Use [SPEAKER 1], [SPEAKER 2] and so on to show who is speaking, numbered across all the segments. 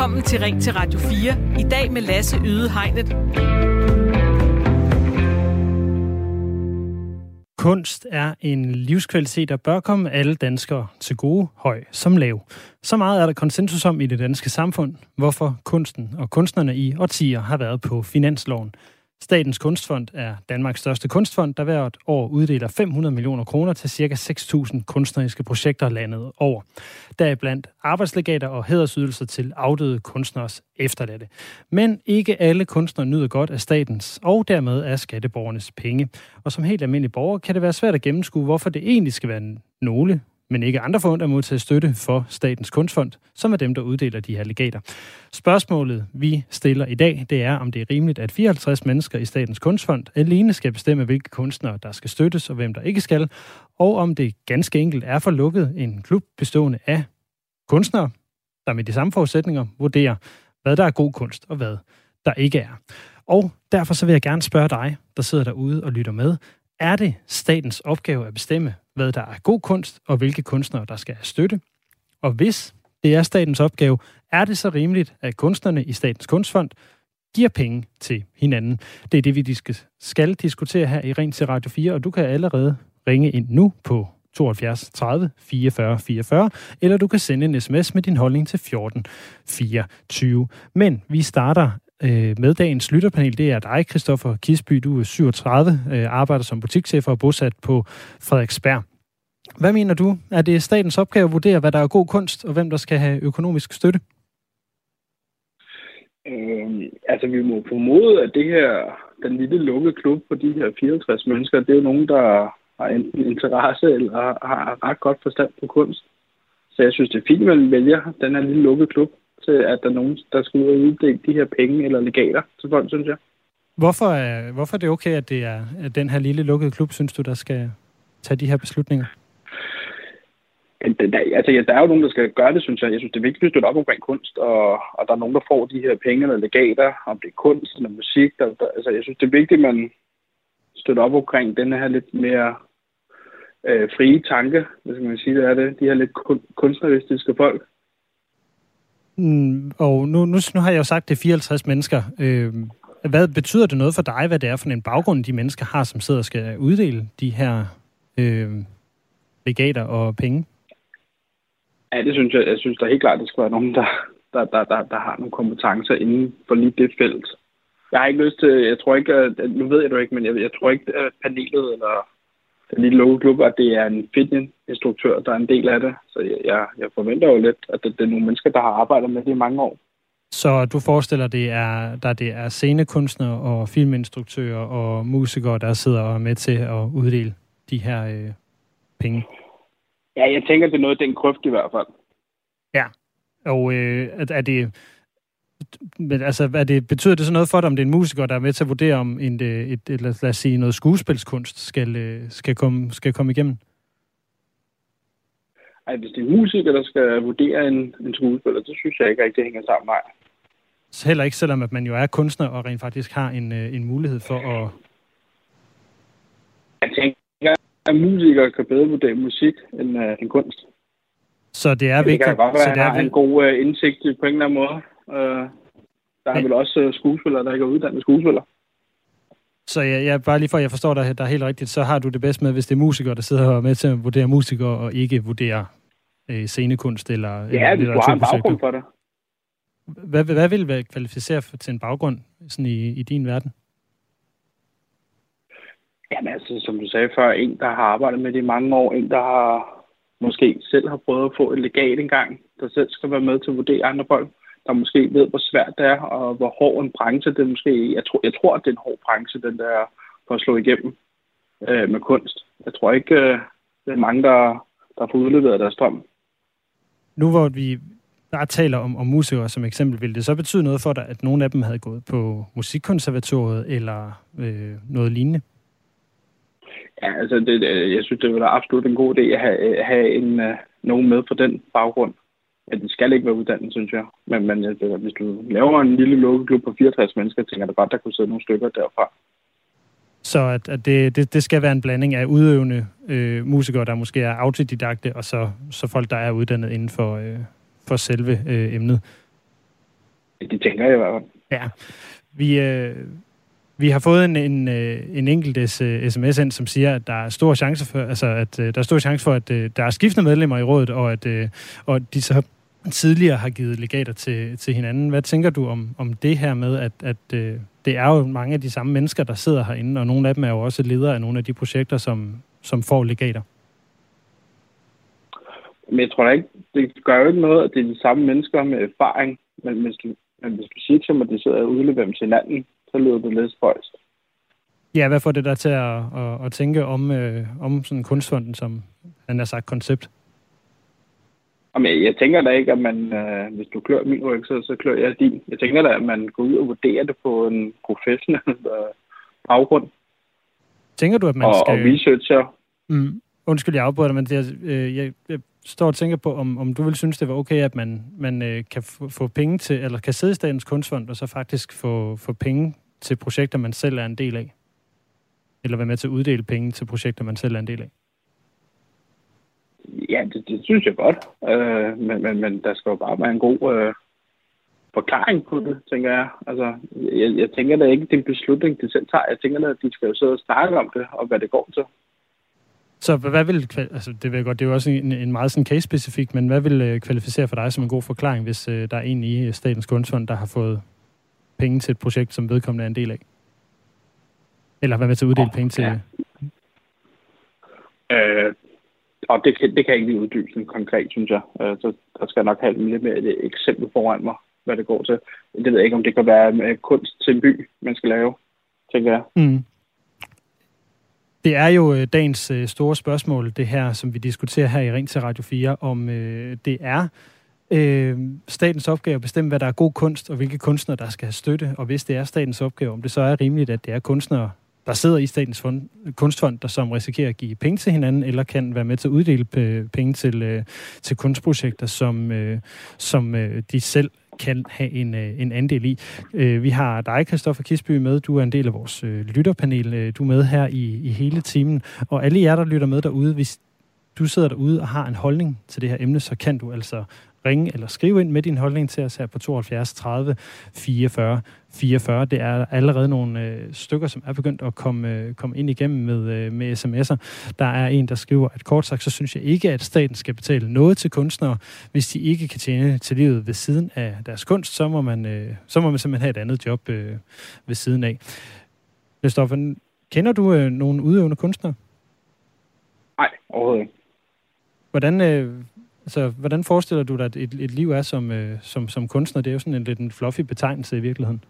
[SPEAKER 1] Velkommen til Ring til Radio 4. I dag med Lasse Yde Hegnet.
[SPEAKER 2] Kunst er en livskvalitet, der bør komme alle danskere til gode, høj som lav. Så meget er der konsensus om i det danske samfund, hvorfor kunsten og kunstnerne i årtier har været på finansloven. Statens Kunstfond er Danmarks største kunstfond, der hvert år uddeler 500 millioner kroner til ca. 6.000 kunstneriske projekter landet over. Deriblandt arbejdslegater og hædersydelser til afdøde kunstneres efterladte. Men ikke alle kunstnere nyder godt af statens og dermed af skatteborgernes penge. Og som helt almindelig borger kan det være svært at gennemskue, hvorfor det egentlig skal være nogle, men ikke andre fond at modtage støtte for Statens Kunstfond, som er dem, der uddeler de her legater. Spørgsmålet, vi stiller i dag, det er, om det er rimeligt, at 54 mennesker i Statens Kunstfond alene skal bestemme, hvilke kunstnere, der skal støttes, og hvem der ikke skal, og om det ganske enkelt er for lukket en klub bestående af kunstnere, der med de samme forudsætninger vurderer, hvad der er god kunst, og hvad der ikke er. Og derfor så vil jeg gerne spørge dig, der sidder derude og lytter med, er det statens opgave at bestemme, hvad der er god kunst, og hvilke kunstnere, der skal have støtte? Og hvis det er statens opgave, er det så rimeligt, at kunstnerne i Statens Kunstfond giver penge til hinanden? Det er det, vi skal diskutere her i Ring til Radio 4, og du kan allerede ringe ind nu på 72 30 44 44, eller du kan sende en sms med din holdning til 14 24. Men vi starter med dagens lytterpanel. Det er dig, Christoffer Kisby. Du er 37, arbejder som butikschef og bosat på Frederiksberg. Hvad mener du? Er det statens opgave at vurdere, hvad der er god kunst, og hvem der skal have økonomisk støtte?
[SPEAKER 3] Vi må formode, at det her, den lille lukkede klub på de her 54 mennesker, det er jo nogen, der har enten interesse eller har ret godt forstand på kunst. Så jeg synes, det er fint, at man vælger den her lille lukkede klub til, at der er nogen, der skal ud og uddele de her penge eller legater til folk, synes jeg. Hvorfor
[SPEAKER 2] er det okay, at det er den her lille lukkede klub, synes du, der skal tage de her beslutninger?
[SPEAKER 3] Der er jo nogen, der skal gøre det, synes jeg. Jeg synes, det er vigtigt at støtte op omkring kunst, og der er nogen, der får de her penge eller legater, om det er kunst eller musik. Jeg synes, det er vigtigt, at man støtter op omkring den her lidt mere frie tanke, hvis man kan sige, det er det. De her lidt kunstneristiske folk.
[SPEAKER 2] Og nu har jeg jo sagt, det er 54 mennesker. Hvad betyder det noget for dig, hvad det er for en baggrund, de mennesker har, som sidder og skal uddele de her legater og penge?
[SPEAKER 3] Ja, det synes jeg. Jeg synes da helt klart, at det skal være nogen, der har nogle kompetencer inden for lige det felt. Jeg har ikke lyst til, jeg tror ikke, nu ved jeg det ikke, men jeg tror ikke, at panelet eller den lille lukkede klub, at det er en fitnessinstruktør, der er en del af det. Så jeg forventer jo lidt, at det er nogle mennesker, der har arbejdet med det i mange år.
[SPEAKER 2] Så du forestiller, det er scenekunstnere og filminstruktører og musikere, der sidder og er med til at uddele de her penge?
[SPEAKER 3] Ja, jeg tænker, det er noget af den grøft i hvert fald.
[SPEAKER 2] Ja, og betyder det så noget for dig, om det er en musiker, der er med til at vurdere, om lad os sige, noget skuespilskunst skal komme igennem?
[SPEAKER 3] Ej, hvis det er en musiker, der skal vurdere en skuespiller, så synes jeg ikke rigtig, det hænger sammen med mig.
[SPEAKER 2] Så heller ikke, selvom at man jo er kunstner og rent faktisk har en mulighed for at...
[SPEAKER 3] Jeg tænker, at musikere kan bedre vurdere musik end kunst.
[SPEAKER 2] Så det er vigtigt...
[SPEAKER 3] Det kan godt være, at han har en god indsigt på en eller anden måde. Der er vel også skuespillere, der ikke er uddannet skuespillere.
[SPEAKER 2] Så jeg bare lige for, at jeg forstår dig helt rigtigt, så har du det bedst med, hvis det er musikere, der sidder med til at vurdere musikere og ikke vurdere scenekunst eller...
[SPEAKER 3] Ja, hvis du har en baggrund for det.
[SPEAKER 2] Hvad vil være kvalificere til en baggrund sådan i din verden?
[SPEAKER 3] Jamen altså, som du sagde før, en, der har arbejdet med det i mange år, en, der har måske selv har prøvet at få et legat engang, der selv skal være med til at vurdere andre folk, der måske ved, hvor svært det er, og hvor hård en branche det er måske. Jeg tror, at det er en hård branche, den der for at slå igennem med kunst. Jeg tror ikke, det er mange, der får udleveret deres drøm.
[SPEAKER 2] Nu hvor vi bare taler om musikere som eksempel, vil det så betyde noget for dig, at nogle af dem havde gået på musikkonservatoriet eller noget lignende?
[SPEAKER 3] Ja, altså jeg synes, det ville være absolut en god idé at have nogen med på den baggrund. Ja, de skal ikke være uddannet, synes jeg. Men hvis du laver en lille lukket klub på 64 mennesker, tænker jeg da godt, der kunne sidde nogle stykker derfra.
[SPEAKER 2] Så at det skal være en blanding af udøvende musikere, der måske er autodidakte, og så folk, der er uddannet inden for selve emnet?
[SPEAKER 3] Det tænker jeg i hvert fald.
[SPEAKER 2] Ja, vi har fået en enkelt sms ind, som siger, at der er stor chance for, at der er skiftende medlemmer i rådet, og de så tidligere har givet legater til hinanden. Hvad tænker du om det her med, at det er jo mange af de samme mennesker, der sidder herinde, og nogle af dem er jo også ledere af nogle af de projekter, som får legater?
[SPEAKER 3] Men jeg tror da ikke, det gør jo ikke noget, at det er de samme mennesker med erfaring, men hvis du siger til mig, at de sidder og udleverer dem til hinanden, så lyder det lidt spøjst.
[SPEAKER 2] Ja, hvad får det der til at tænke om sådan kunstfonden, som han har sagt, koncept?
[SPEAKER 3] Jamen, jeg tænker da ikke, at man, hvis du klør min ryg, så klør jeg din. Jeg tænker da, at man går ud og vurderer det på en professionel baggrund.
[SPEAKER 2] Tænker du, at man skal...
[SPEAKER 3] Og researcher.
[SPEAKER 2] Undskyld, jeg afbryder dig, men jeg står og tænker på, om du vil synes, det var okay, at man kan få penge til, eller kan sidde i Statens Kunstfond, og så faktisk få penge til projekter, man selv er en del af? Eller være med til at uddele penge til projekter, man selv er en del af?
[SPEAKER 3] Ja, det synes jeg godt. Men der skal jo bare være en god forklaring på det, tænker jeg. Altså, jeg tænker da ikke, det er en beslutning, de selv tager. Jeg tænker da, at de skal jo sidde og snakke om det, og hvad det går til.
[SPEAKER 2] Så hvad vil, altså det vil godt, det er jo også en meget sådan case-specifik, men hvad vil kvalificere for dig som en god forklaring, hvis der er en i Statens Kunstfond, der har fået penge til et projekt, som vedkommende er en del af? Eller hvad med til at uddele penge til?
[SPEAKER 3] Ja. Og det kan jeg ikke lige uddybe sådan konkret, synes jeg. Så der skal nok have lidt mere et eksempel foran mig, hvad det går til. Det ved jeg ikke, om det kan være med kunst til en by, man skal lave, tænker jeg.
[SPEAKER 2] Mm. Det er jo dagens store spørgsmål, det her, som vi diskuterer her i Ring til Radio 4, om det er statens opgave at bestemme, hvad der er god kunst, og hvilke kunstnere, der skal have støtte. Og hvis det er statens opgave, om det så er rimeligt, at det er kunstnere, der sidder i Statens Kunstfond, der som risikerer at give penge til hinanden, eller kan være med til at uddele penge til kunstprojekter, som de selv kan have en andel i. Vi har dig, Christoffer Kisby, med. Du er en del af vores lytterpanel. Du er med her i hele timen. Og alle jer, der lytter med derude, hvis du sidder derude og har en holdning til det her emne, så kan du altså ringe eller skrive ind med din holdning til os her på 72 30 44 44. Det er allerede nogle stykker, som er begyndt at komme ind igennem med sms'er. Der er en, der skriver, at kort sagt, så synes jeg ikke, at staten skal betale noget til kunstnere. Hvis de ikke kan tjene til livet ved siden af deres kunst, så må man simpelthen have et andet job ved siden af. Christoffer, kender du nogle udøvende kunstnere?
[SPEAKER 3] Nej, overhovedet ikke.
[SPEAKER 2] Hvordan forestiller du dig, at et liv er som kunstner? Det er jo sådan lidt en fluffy betegnelse i virkeligheden.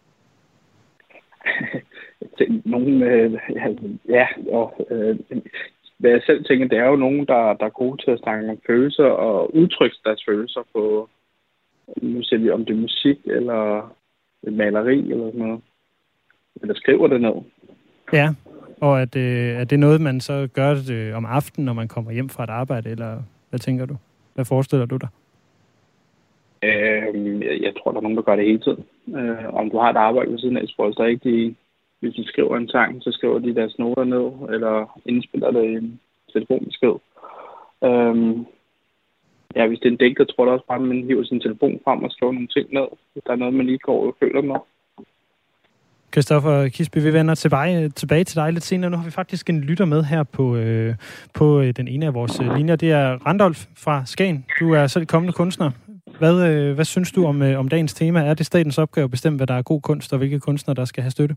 [SPEAKER 3] Hvad jeg selv tænker, det er jo nogen, der er gode til at snakke om følelser og udtrykke deres følelser på, nu ser vi om det er musik eller maleri eller sådan noget. Eller skriver det ned. Ja,
[SPEAKER 2] og er det noget, man så gør det om aftenen, når man kommer hjem fra et arbejde, eller hvad tænker du? Hvad forestiller du dig?
[SPEAKER 3] Jeg tror, der er nogen, der gør det hele tiden. Om du har et arbejde ved siden af, så der ikke hvis de skriver en sang, så skriver de deres noter ned, eller indspiller det i en telefonbesked. Hvis det er en digter, tror jeg også bare, at man hiver sin telefon frem og skriver nogle ting ned. Hvis der er noget, man lige går og føler med.
[SPEAKER 2] Christoffer Kisby, vi vender tilbage til dig lidt senere. Nu har vi faktisk en lytter med her på den ene af vores linjer. Det er Randolf fra Skagen. Du er selv kommende kunstner. Hvad synes du om dagens tema? Er det statens opgave at bestemme, hvad der er god kunst, og hvilke kunstnere, der skal have støtte?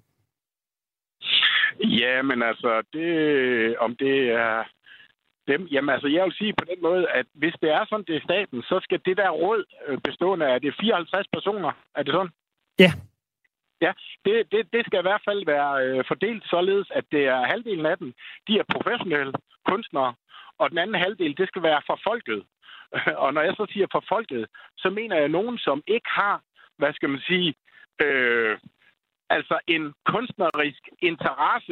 [SPEAKER 4] Ja, men altså, om det er dem... Jamen altså, jeg vil sige på den måde, at hvis det er sådan, det er staten, så skal det der råd bestående af det 54 personer. Er det sådan?
[SPEAKER 2] Ja.
[SPEAKER 4] Ja, det skal i hvert fald være fordelt således, at det er halvdelen af dem, de er professionelle kunstnere, og den anden halvdel, det skal være for folket. Og når jeg så siger for folket, så mener jeg nogen, som ikke har, hvad skal man sige, altså en kunstnerisk interesse,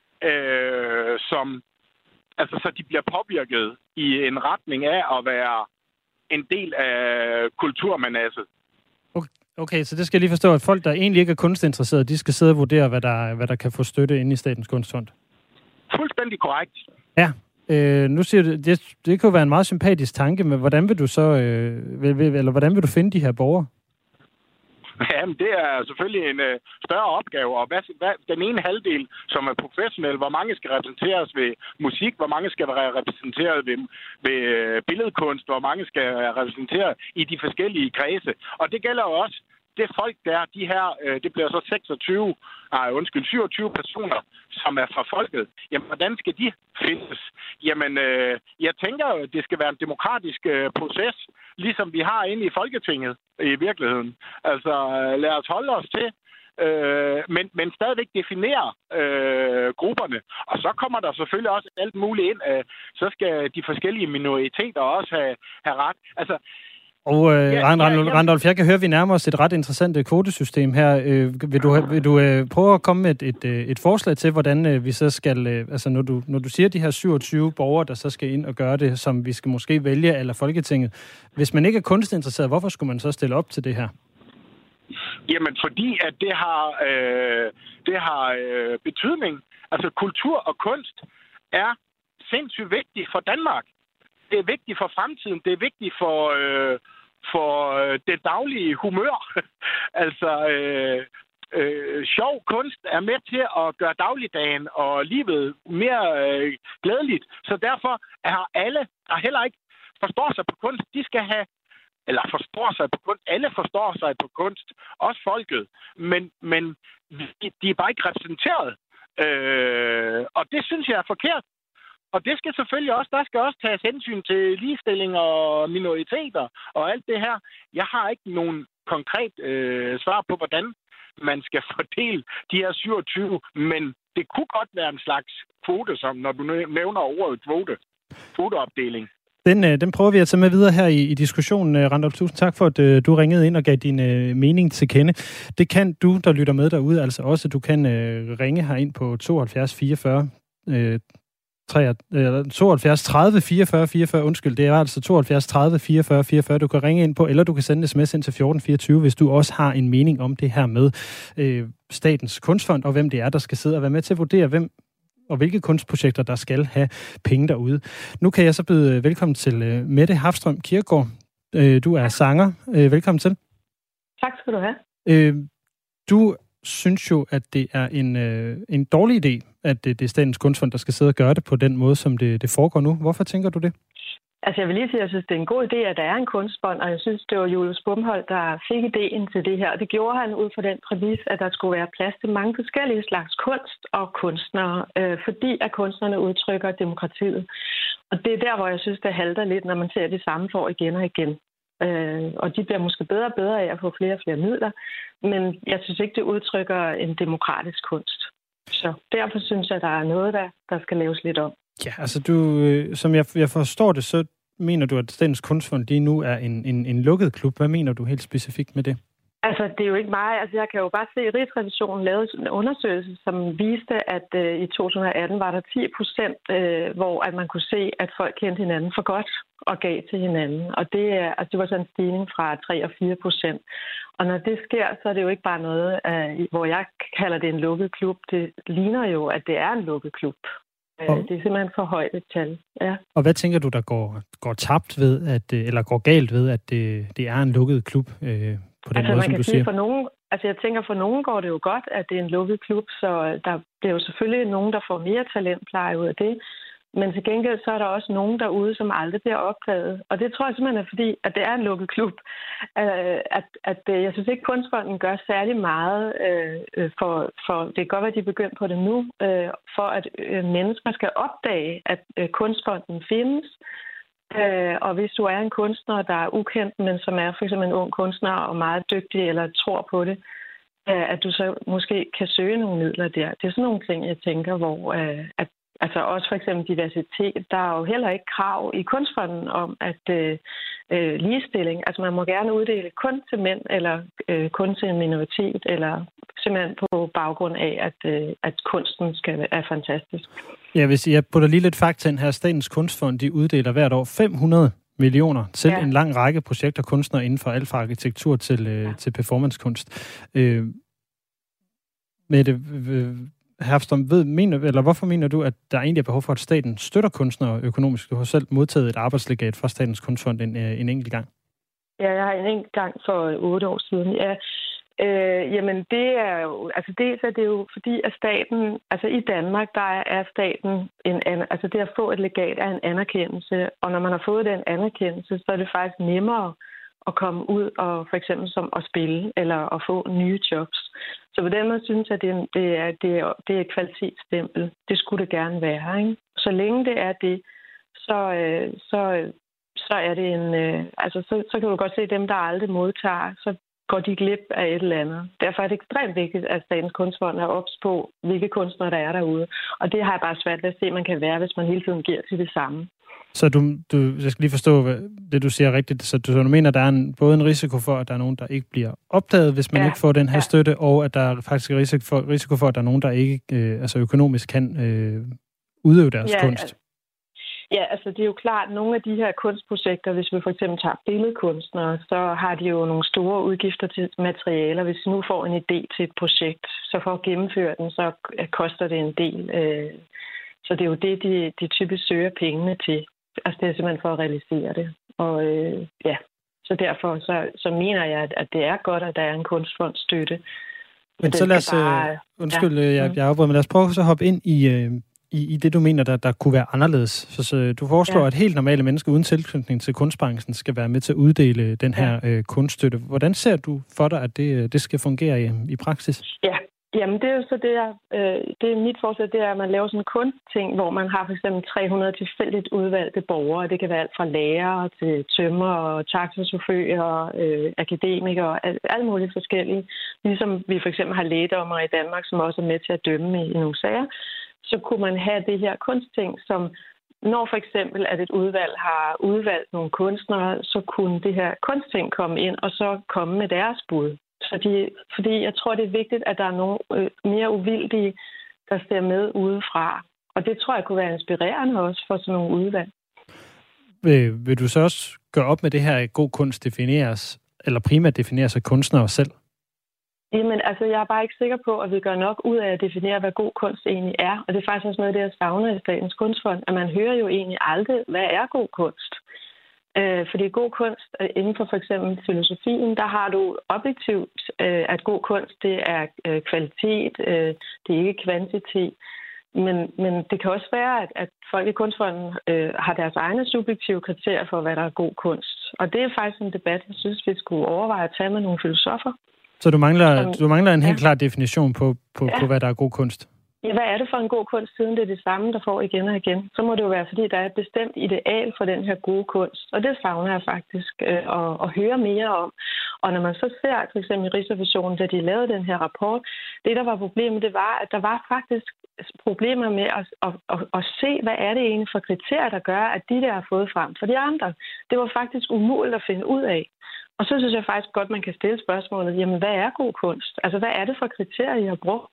[SPEAKER 4] så de bliver påvirket i en retning af at være en del af kulturmanasset.
[SPEAKER 2] Okay, så det skal jeg lige forstå, at folk, der egentlig ikke er kunstinteresserede, de skal sidde og vurdere, hvad der kan få støtte inde i Statens Kunstfond.
[SPEAKER 4] Fuldstændig korrekt.
[SPEAKER 2] Ja, nu siger du, det kan jo være en meget sympatisk tanke, men hvordan vil du så, hvordan vil du finde de her borgere?
[SPEAKER 4] Jamen, det er selvfølgelig en større opgave, og hvad den ene halvdel, som er professionel, hvor mange skal repræsenteres ved musik, hvor mange skal være repræsenteret ved billedkunst, hvor mange skal være repræsenteret i de forskellige kredse. Og det gælder jo også det folk der, de her, det bliver så 27 personer, som er fra folket. Jamen, hvordan skal de findes? Jamen, jeg tænker jo, at det skal være en demokratisk proces, ligesom vi har inde i Folketinget i virkeligheden. Altså, lad os holde os til, men stadigvæk definere grupperne. Og så kommer der selvfølgelig også alt muligt ind. Så skal de forskellige minoriteter også have ret. Altså,
[SPEAKER 2] og Randolph, jeg kan høre, at vi nærmer os et ret interessant kvotesystem her. Vil du prøve at komme med et forslag til, hvordan vi så skal... altså, når du siger de her 27 borgere, der så skal ind og gøre det, som vi skal måske vælge eller Folketinget. Hvis man ikke er kunstinteresseret, hvorfor skulle man så stille op til det her?
[SPEAKER 4] Jamen, fordi at det har betydning. Altså, kultur og kunst er sindssygt vigtigt for Danmark. Det er vigtigt for fremtiden. Det er vigtigt for det daglige humør. Altså, sjov kunst er med til at gøre dagligdagen og livet mere glædeligt. Så derfor er alle, der heller ikke forstår sig på kunst, de skal have, eller forstår sig på kunst. Alle forstår sig på kunst. Også folket. Men de er bare ikke repræsenteret. Og det synes jeg er forkert. Og det skal selvfølgelig også, der skal også tages hensyn til ligestilling og minoriteter og alt det her. Jeg har ikke nogen konkret svar på, hvordan man skal fordele de her 27, men det kunne godt være en slags kvote, som når du nævner ordet kvoteopdeling.
[SPEAKER 2] Den prøver vi at tage med videre her i diskussionen. Randolph, tusind tak for, at du ringede ind og gav din mening til kende. Det kan du, der lytter med derude, altså også. Du kan ringe herind på 72 44 72 30 44 44, undskyld, det er altså 72 30 44 44, du kan ringe ind på, eller du kan sende sms ind til 1424, hvis du også har en mening om det her med Statens Kunstfond, og hvem det er, der skal sidde og være med til at vurdere, hvem og hvilke kunstprojekter, der skal have penge derude. Nu kan jeg så byde velkommen til Mette Hafstrøm Kirkegaard. Du er sanger. Velkommen til.
[SPEAKER 5] Tak skal du have.
[SPEAKER 2] Du synes jo, at det er en dårlig idé, at det er Statens Kunstfond, der skal sidde og gøre det på den måde, som det foregår nu. Hvorfor tænker du det?
[SPEAKER 5] Altså, jeg vil lige sige, at jeg synes, det er en god idé, at der er en kunstfond, og jeg synes, det var Julius Bumholdt, der fik idéen til det her. Og det gjorde han ud fra den præmis, at der skulle være plads til mange forskellige slags kunst og kunstnere, fordi at kunstnerne udtrykker demokratiet. Og det er der, hvor jeg synes, det halter lidt, når man ser det samme for igen og igen. Og de bliver måske bedre og bedre af at få flere og flere midler, men jeg synes ikke, det udtrykker en demokratisk kunst. Så derfor synes jeg, at der er noget, der skal laves lidt om.
[SPEAKER 2] Ja, altså som jeg forstår det, så mener du, at Statens Kunstfond lige nu er en lukket klub. Hvad mener du helt specifikt med det?
[SPEAKER 5] Altså, det er jo ikke mig. Altså, jeg kan jo bare se, at Rigsrevisionen lavede en undersøgelse, som viste, at i 2018 var der 10%, hvor at man kunne se, at folk kendte hinanden for godt og gav til hinanden. Og det var sådan en stigning fra 3 og 4%. Og når det sker, så er det jo ikke bare noget, hvor jeg kalder det en lukket klub. Det ligner jo, at det er en lukket klub. Det er simpelthen for højt et tal. Ja. Og
[SPEAKER 2] hvad tænker du, der går tabt ved, eller går galt ved, at det er en lukket klub på den måde, som du siger?
[SPEAKER 5] Jeg tænker, for nogen går det jo godt, at det er en lukket klub, så der bliver jo selvfølgelig nogen, der får mere talentpleje ud af det. Men til gengæld så er der også nogen derude, som aldrig bliver opdaget. Og det tror jeg simpelthen er fordi, at det er en lukket klub. Jeg synes ikke, Kunstfonden gør særlig meget for det kan godt være, at de er begyndt på det nu, for at mennesker skal opdage, at Kunstfonden findes. Og hvis du er en kunstner, der er ukendt, men som er for eksempel en ung kunstner og meget dygtig eller tror på det, at du så måske kan søge nogle midler der. Det er sådan nogle ting, jeg tænker, hvor altså også for eksempel diversitet. Der er jo heller ikke krav i Kunstfonden om at ligestilling. Altså man må gerne uddele kun til mænd eller kun til en minoritet, eller simpelthen på baggrund af, at kunsten er fantastisk.
[SPEAKER 2] Ja, hvis jeg putter lige lidt fakta ind her. Statens Kunstfond, de uddeler hvert år 500 millioner til en lang række projekter kunstnere inden for alt fra arkitektur til performancekunst. Med det Hafstrøm, hvorfor mener du, at der egentlig er behov for, at staten støtter kunstnere økonomisk? Du har selv modtaget et arbejdslegat fra Statens Kunstfond en enkelt gang.
[SPEAKER 5] Ja, jeg har en enkelt gang for 8 år siden. Ja, Jamen, det er jo... Altså, dels er det jo fordi, at staten... Altså, i Danmark, der er staten altså, det at få et legat er en anerkendelse. Og når man har fået den anerkendelse, så er det faktisk nemmere at komme ud og for eksempel som at spille, eller at få nye jobs. Så på den måde synes jeg, at det er et kvalitetsstempel. Det skulle det gerne være, ikke? Så længe det er det, så er det en... Så kan du godt se, at dem, der aldrig modtager, så går de glip af et eller andet. Derfor er det ekstremt vigtigt, at Statens Kunstfond er ops på, hvilke kunstnere der er derude. Og det har jeg bare svært ved at se, at man kan være, hvis man hele tiden giver til det samme.
[SPEAKER 2] Så jeg skal lige forstå det, du siger rigtigt. Så du mener, der er både en risiko for, at der er nogen, der ikke bliver opdaget, hvis man ikke får den her støtte, og at der er faktisk risiko for, at der er nogen, der ikke økonomisk kan udøve deres kunst?
[SPEAKER 5] Ja, altså det er jo klart, at nogle af de her kunstprojekter, hvis vi for eksempel tager billedkunstnere, så har de jo nogle store udgifter til materialer. Hvis de nu får en idé til et projekt, så for at gennemføre den, så koster det en del. Så det er jo det, de typisk søger pengene til. Altså det er simpelthen for at realisere det. Og så derfor så mener jeg, at det er godt, at der er en kunstfondsstøtte.
[SPEAKER 2] Men så lad os... jeg afbryder, men lad os prøve så at hoppe ind i det, du mener, der kunne være anderledes. Så du foreslår, at helt normale mennesker uden tilknytning til kunstbranchen skal være med til at uddele den her kunststøtte. Hvordan ser du for dig, at det skal fungere i praksis?
[SPEAKER 5] Ja, jamen det er jo så det er mit forslag, det er, at man laver sådan en kunstting, hvor man har for eksempel 300 tilfældigt udvalgte borgere. Det kan være alt fra lærere til tømrer og taxachauffører, akademikere, alt muligt forskellige. Ligesom vi for eksempel har lægedommere i Danmark, som også er med til at dømme i nogle sager. Så kunne man have det her kunstting, som når for eksempel, at et udvalg har udvalgt nogle kunstnere, så kunne det her kunstting komme ind og så komme med deres bud. Fordi jeg tror, det er vigtigt, at der er nogle mere uvildige, der ser med udefra. Og det tror jeg kunne være inspirerende også for sådan nogle udvalg.
[SPEAKER 2] Vil du så også gøre op med det her, at god kunst defineres, eller primært defineres af kunstnere selv?
[SPEAKER 5] Jamen, altså, jeg er bare ikke sikker på, at vi gør nok ud af at definere, hvad god kunst egentlig er. Og det er faktisk også noget af det, jeg savner i Statens Kunstfond, at man hører jo egentlig aldrig, hvad er god kunst? Fordi god kunst inden for eksempel filosofien, der har du objektivt, at god kunst, det er kvalitet, det er ikke kvantitet. Men det kan også være, at folk i Kunstfonden har deres egne subjektive kriterier for, hvad der er god kunst. Og det er faktisk en debat, jeg synes, vi skulle overveje at tage med nogle filosofer.
[SPEAKER 2] Så du mangler en helt klar definition på hvad der er god kunst?
[SPEAKER 5] Ja, hvad er det for en god kunst, siden det er det samme, der får igen og igen? Så må det jo være, fordi der er et bestemt ideal for den her gode kunst. Og det savner jeg faktisk at høre mere om. Og når man så ser, for eksempel i Rigsrevisionen, da de lavede den her rapport, det der var problemet, det var, at der var faktisk problemer med at se, hvad er det egentlig for kriterier, der gør, at de der har fået frem for de andre. Det var faktisk umuligt at finde ud af. Og så synes jeg faktisk godt, man kan stille spørgsmålet, jamen hvad er god kunst? Altså hvad er det for kriterier, I har brugt?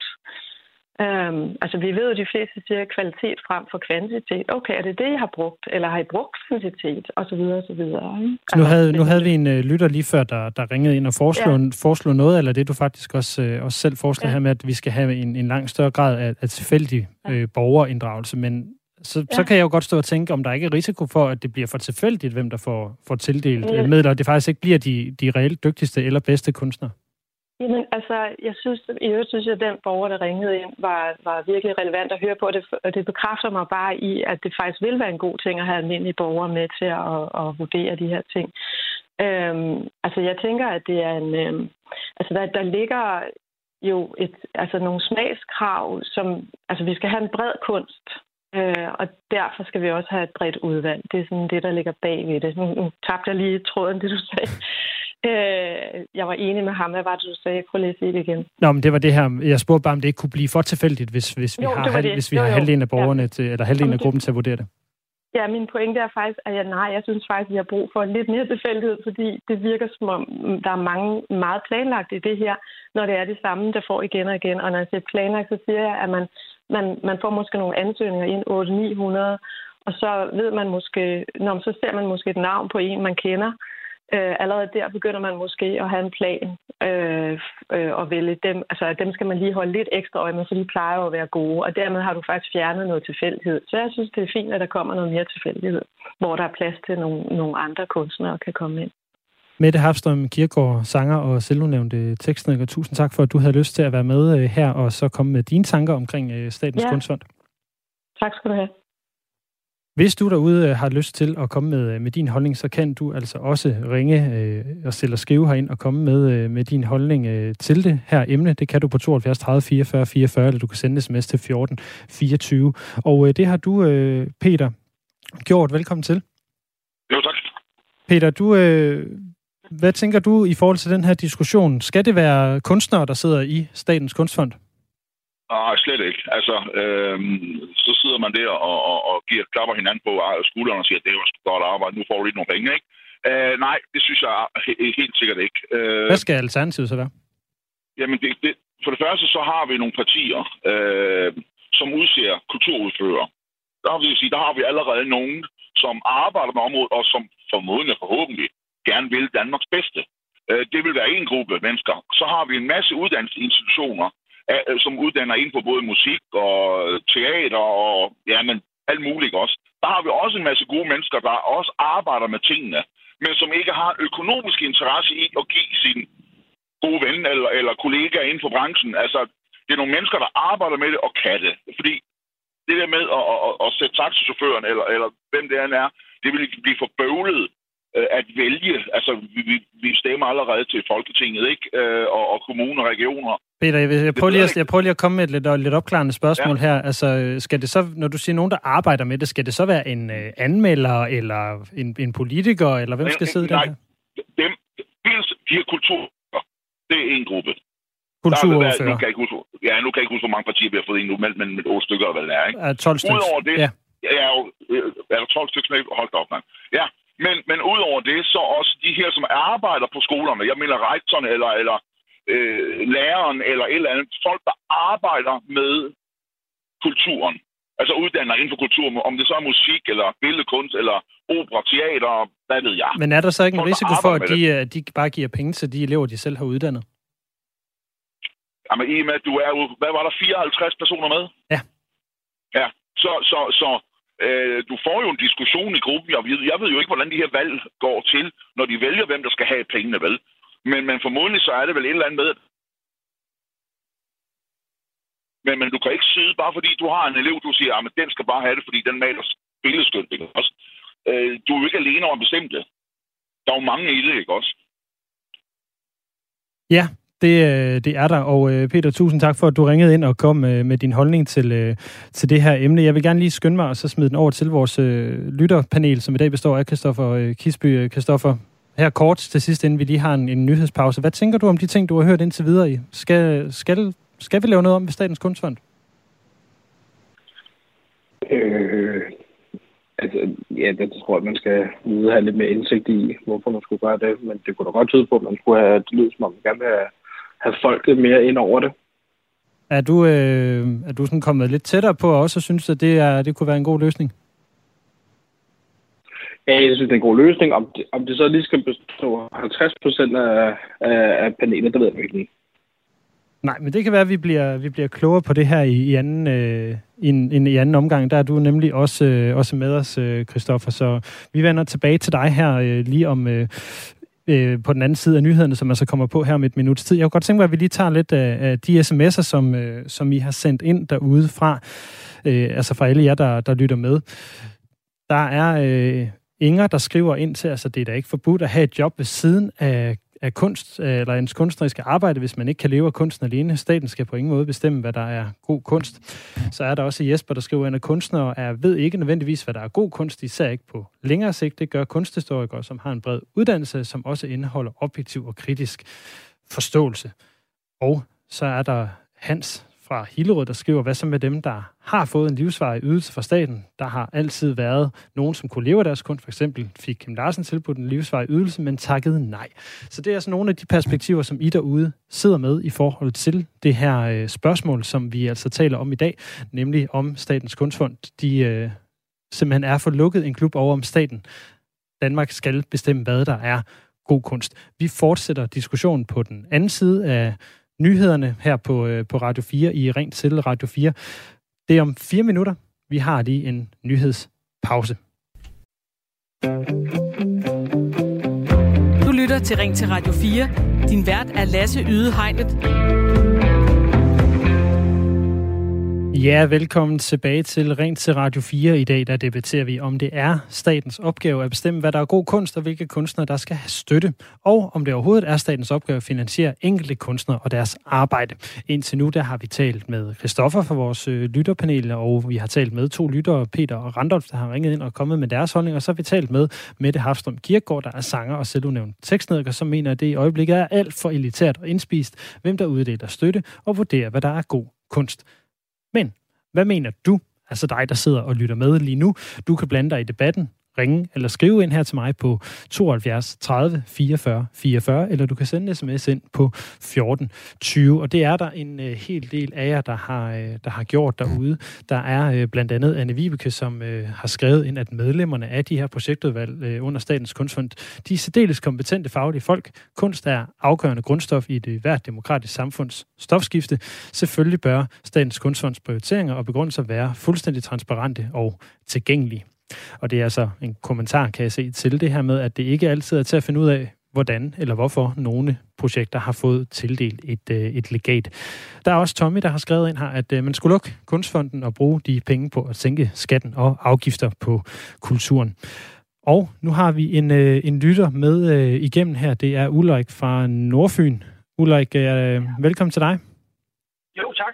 [SPEAKER 5] Altså vi ved jo, at de fleste siger kvalitet frem for kvantitet. Okay, er det det, I har brugt? Eller har I brugt kvantitet? Og så videre, og så videre.
[SPEAKER 2] Så nu havde vi en lytter lige før, der ringede ind og foreslog noget, eller det du faktisk også selv foreslår her med, at vi skal have en langt større grad af tilfældig borgerinddragelse. Men så kan jeg jo godt stå og tænke, om der ikke er risiko for, at det bliver for tilfældigt, hvem der får tildelt midler, og det faktisk ikke bliver de reelt dygtigste eller bedste kunstnere.
[SPEAKER 5] Jamen, altså, jeg synes, at den borger, der ringede ind, var virkelig relevant at høre på. Og det bekræfter mig bare i, at det faktisk vil være en god ting at have almindelige borgere med til at vurdere de her ting. Altså, jeg tænker, at det er en... der ligger jo nogle smagskrav, som... Altså, vi skal have en bred kunst, og derfor skal vi også have et bredt udvalg. Det er sådan det, der ligger bag ved det. Nu tabte jeg lige tråden, det du sagde. Jeg var enig med ham. Hvad var det, du sagde? Prøv lige at sige det igen.
[SPEAKER 2] Nå, men det var det her. Jeg spurgte bare, om det ikke kunne blive for tilfældigt, hvis vi har halvdelen af borgerne til, eller halvdelen af gruppen til at vurdere det.
[SPEAKER 5] Ja, min pointe er faktisk, at jeg synes faktisk, at vi har brug for lidt mere tilfældighed, fordi det virker som om, der er mange meget planlagt i det her, når det er det samme, der får igen og igen. Og når jeg siger planlagt, så siger jeg, at man får måske nogle ansøgninger ind 800-900, og så ved man måske, så ser man måske et navn på en, man kender. Allerede der begynder man måske at have en plan og vælge dem. Altså dem skal man lige holde lidt ekstra øje med, for de plejer at være gode. Og dermed har du faktisk fjernet noget tilfældighed. Så jeg synes, det er fint, at der kommer noget mere tilfældighed, hvor der er plads til nogle andre kunstnere kan komme ind.
[SPEAKER 2] Mette Hafstrøm Kierkegaard, sanger og selvudnævnte tekstnækker. Tusind tak for, at du havde lyst til at være med her, og så komme med dine tanker omkring Statens Kunstfond.
[SPEAKER 5] Tak skal du have.
[SPEAKER 2] Hvis du derude har lyst til at komme med din holdning, så kan du altså også ringe og stille og skrive herind og komme med din holdning til det her emne. Det kan du på 72 30 44 44, eller du kan sende sms til 14 24. Og det har du, Peter, gjort. Velkommen til.
[SPEAKER 6] Jo, tak.
[SPEAKER 2] Peter, hvad tænker du i forhold til den her diskussion? Skal det være kunstnere, der sidder i Statens Kunstfond?
[SPEAKER 6] Nej, slet ikke. Altså, så sidder man der og klapper hinanden på skulderen og siger, at det var godt arbejde, nu får du lidt nogle penge, ikke? Nej, det synes jeg helt sikkert ikke.
[SPEAKER 2] Hvad skal alternativet så være?
[SPEAKER 6] Jamen, for det første så har vi nogle partier, som udser kulturudfører. Der har vi allerede nogen, som arbejder med området, og som formodentlig forhåbentlig gerne vil Danmarks bedste. Det vil være en gruppe mennesker. Så har vi en masse uddannelsesinstitutioner, som uddanner inden for både musik og teater og alt muligt også. Der har vi også en masse gode mennesker, der også arbejder med tingene, men som ikke har en økonomisk interesse i at give sin gode ven eller kollega inden for branchen. Altså, det er nogle mennesker, der arbejder med det og kan det. Fordi det der med at sætte taxichaufføren eller hvem det er, det vil blive for bøvlet at vælge. Altså, vi stemmer allerede til Folketinget, ikke? Og kommuner og regioner.
[SPEAKER 2] Peter, jeg prøver lige at komme med et lidt opklarende spørgsmål her. Altså, skal det så, når du siger nogen, der arbejder med det, skal det så være en anmelder eller en politiker, eller hvem skal sidde der?
[SPEAKER 6] Nej, de her kulturer, det er en gruppe.
[SPEAKER 2] Kulturordfører?
[SPEAKER 6] Nu kan jeg ikke huske, hvor mange partier vi har fået ind nu, men med 8 stykker, hvad det er, ikke?
[SPEAKER 2] 12 stykker.
[SPEAKER 6] Udover det, er der 12 stykker? Hold da op, mand. Ja, men udover det, så også de her, som arbejder på skolerne, jeg mener rektorerne eller læreren eller et eller andet, folk, der arbejder med kulturen, altså uddanner inden for kultur, om det så er musik, eller billedkunst, eller opera, teater, hvad ved jeg.
[SPEAKER 2] Men er der så ikke en risiko for, at de bare giver penge til de elever, de selv har uddannet?
[SPEAKER 6] Jamen, i og med, at du er jo, hvad var der, 54 personer med?
[SPEAKER 2] Ja.
[SPEAKER 6] Ja, så du får jo en diskussion i gruppen. Jeg ved jo ikke, hvordan de her valg går til, når de vælger, hvem der skal have pengene, vel? Men formodentlig så er det vel et eller andet med. Men du kan ikke sidde, bare fordi du har en elev, du siger, at den skal bare have det, fordi den maler billedskønt, ikke også? Du er jo ikke alene om at bestemme det. Der er jo mange i det, ikke også?
[SPEAKER 2] Ja, det er der. Og Peter, tusind tak for, at du ringede ind og kom med din holdning til det her emne. Jeg vil gerne lige skynde mig og så smide den over til vores lytterpanel, som i dag består af Christoffer Kisby. Christoffer, her kort til sidst, inden vi lige har en nyhedspause. Hvad tænker du om de ting, du har hørt indtil videre i? Skal vi lave noget om ved Statens Kunstfond?
[SPEAKER 3] Det tror jeg, man skal have lidt mere indsigt i, hvorfor man skulle gøre det. Men det kunne da godt tyde på, at man skulle have det lyd, som om man gerne vil have folket mere ind over det.
[SPEAKER 2] Er du sådan kommet lidt tættere på, og også synes, at det kunne være en god løsning?
[SPEAKER 3] Ja, jeg synes, det er en god løsning. Om det så lige skal bestå 50% af panelet, det ved jeg ikke.
[SPEAKER 2] Nej, men det kan være, at vi bliver klogere på det her i anden omgang. Der er du nemlig også med os, Christoffer. Så vi vender tilbage til dig her lige om på den anden side af nyhederne, som altså kommer på her om et minuts tid. Jeg kunne godt tænke mig, at vi lige tager lidt af de sms'er, som I har sendt ind derude fra, altså fra alle jer, der lytter med. Der er Inger, der skriver ind til, altså det er da ikke forbudt at have et job ved siden af kunst, eller ens kunstneriske arbejde, hvis man ikke kan leve af kunsten alene. Staten skal på ingen måde bestemme, hvad der er god kunst. Så er der også Jesper, der skriver, at kunstnere ved ikke nødvendigvis, hvad der er god kunst, især ikke på længere sigt. Det gør kunsthistorikere, som har en bred uddannelse, som også indeholder objektiv og kritisk forståelse. Og så er der Hans fra Hillerød, der skriver, hvad så med dem, der har fået en livsvarig ydelse fra staten? Der har altid været nogen, som kunne leve af deres kunst. For eksempel fik Kim Larsen tilbudt en livsvarig ydelse, men takkede nej. Så det er altså nogle af de perspektiver, som I derude sidder med i forhold til det her spørgsmål, som vi altså taler om i dag, nemlig om Statens Kunstfond. De simpelthen er for lukket en klub over om staten. Danmark skal bestemme, hvad der er god kunst. Vi fortsætter diskussionen på den anden side af nyhederne her på Radio 4 i Ring til Radio 4. Det er om 4 minutter. Vi har lige en nyhedspause.
[SPEAKER 1] Du lytter lytter til Ring til Radio 4. Din vært er Lasse Yde Hegnet.
[SPEAKER 2] Ja, velkommen tilbage til Ring til Radio 4. I dag der debatterer vi, om det er statens opgave at bestemme, hvad der er god kunst, og hvilke kunstnere, der skal have støtte. Og om det overhovedet er statens opgave at finansiere enkelte kunstnere og deres arbejde. Indtil nu der har vi talt med Christoffer fra vores lytterpanel, og vi har talt med 2 lyttere, Peter og Randolph, der har ringet ind og kommet med deres holdning. Og så har vi talt med Mette Hafstrøm Kirkegaard, der er sanger og selvudnævnt tekstnedker, som mener, at det i øjeblikket er alt for elitært og indspist, hvem der uddeler støtte og vurderer, hvad der er god kunst. Men hvad mener du, altså dig, der sidder og lytter med lige nu? Du kan blande dig i debatten, ringe eller skrive ind her til mig på 72 30 44 44, eller du kan sende en sms ind på 14 20. Og det er der en hel del af jer, der har gjort derude. Der er blandt andet Anne Vibeke, som har skrevet ind, at medlemmerne af de her projektudvalg under Statens Kunstfond, de er særdeles kompetente faglige folk. Kunst er afgørende grundstof i det hvert demokratisk samfunds stofskifte. Selvfølgelig bør Statens Kunstfonds prioriteringer og begrundelser være fuldstændig transparente og tilgængelige. Og det er altså en kommentar, kan jeg se, til det her med, at det ikke altid er til at finde ud af, hvordan eller hvorfor nogle projekter har fået tildelt et legat. Der er også Tommy, der har skrevet ind her, at man skulle lukke Kunstfonden og bruge de penge på at sænke skatten og afgifter på kulturen. Og nu har vi en lytter med igennem her. Det er Ulrik fra Nordfyn. Ulrik, velkommen til dig.
[SPEAKER 7] Jo, tak.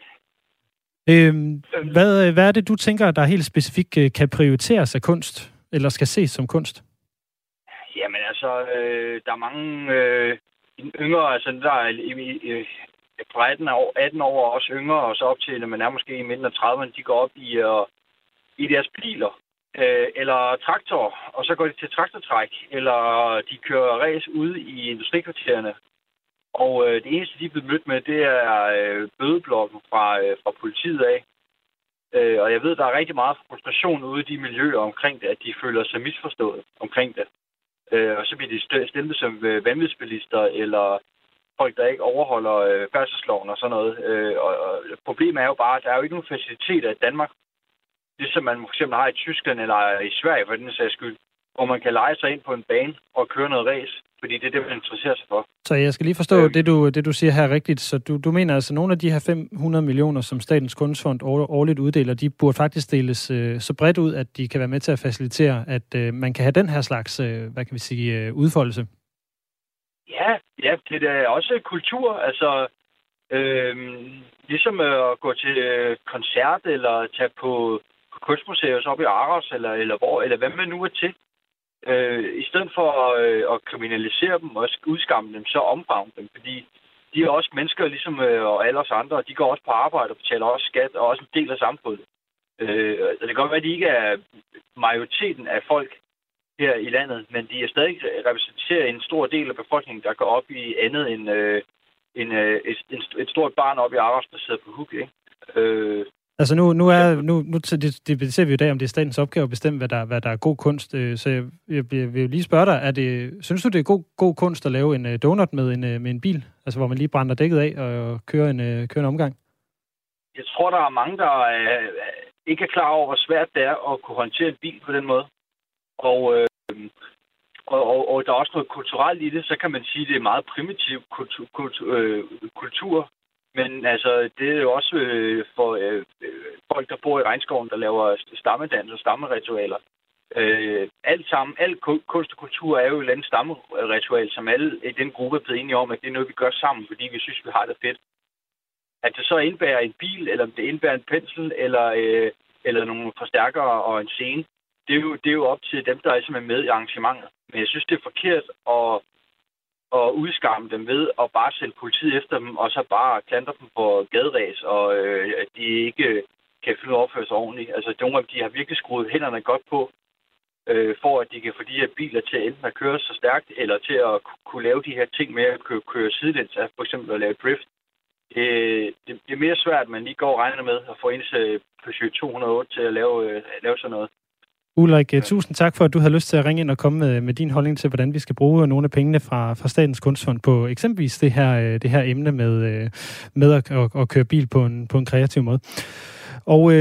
[SPEAKER 2] Hvad er det, du tænker, der helt specifikt kan prioriteres af kunst, eller skal ses som kunst?
[SPEAKER 7] Jamen altså, der er mange yngre, altså der er fra 18 år også yngre, og så op til, når man er måske i midten af 30'erne, de går op i deres biler, eller traktor, og så går de til traktortræk, eller de kører ræs ude i industrikvartererne. Og det eneste, de er blevet mødt med, det er bødeblokken fra politiet af. Og jeg ved, der er rigtig meget frustration ude i de miljøer omkring det, at de føler sig misforstået omkring det. Og så bliver de stillet som vanvidsbilister, eller folk, der ikke overholder færdselsloven og sådan noget. Og problemet er jo bare, at der er jo ikke nogen faciliteter i Danmark, ligesom man for eksempel har i Tyskland eller i Sverige for den sags skyld, hvor man kan leje sig ind på en bane og køre noget ræs, fordi det er det, man interesserer sig for.
[SPEAKER 2] Så jeg skal lige forstå det, du siger her rigtigt. Så du mener altså, at nogle af de her 500 millioner, som Statens Kunstfond årligt uddeler, de burde faktisk deles så bredt ud, at de kan være med til at facilitere, at man kan have den her slags, hvad kan vi sige, udfoldelse?
[SPEAKER 7] Ja, det er også kultur. Altså, ligesom at gå til koncert, eller tage på kunstmuseet op i Aarhus, eller hvad man nu er til. I stedet for at kriminalisere dem og udskamme dem, så omfavne dem, fordi de er også mennesker, ligesom og alle os andre, og de går også på arbejde og betaler også skat og også en del af samfundet. Det kan godt være, at de ikke er majoriteten af folk her i landet, men de er stadig repræsenterer en stor del af befolkningen, der går op i andet end et stort barn op i Aarhus, der sidder på huk, ikke?
[SPEAKER 2] Altså nu debatterer vi jo i dag, om det er statens opgave at bestemme, hvad der er god kunst. Så jeg vil lige spørge dig, synes du, det er god kunst at lave en donut med en bil? Altså hvor man lige brænder dækket af og kører en omgang?
[SPEAKER 7] Jeg tror, der er mange, der ikke er klar over, hvor svært det er at kunne håndtere en bil på den måde. Og der er også noget kulturelt i det, så kan man sige, at det er meget primitiv kultur. Men altså, det er jo også for folk, der bor i regnskoven, der laver stammedans og stammeritualer. Al kunst og kultur er jo et eller andet stammeritual, som alle i den gruppe er blevet enige om, at det er noget, vi gør sammen, fordi vi synes, vi har det fedt. At det så indbærer en bil, eller det indbærer en pensel, eller nogle forstærkere og en scene, det er jo op til dem, der er med i arrangementet. Men jeg synes, det er forkert at udskamme dem ved at bare sende politiet efter dem, og så bare klandre dem på gaderæs, og at de ikke kan finde opføre sig ordentligt. Altså, nogle af dem, de har virkelig skruet hænderne godt på, for at de kan få de her biler til enten at køre så stærkt, eller til at kunne lave de her ting med at køre sidelæns, for eksempel at lave drift. Det er mere svært, at man lige går og regner med at få ens Peugeot 208 til at lave sådan noget.
[SPEAKER 2] Ulrik, tusind tak for, at du havde lyst til at ringe ind og komme med din holdning til, hvordan vi skal bruge nogle af pengene fra Statens Kunstfond på eksempelvis det her emne med at køre bil på en kreativ måde. Og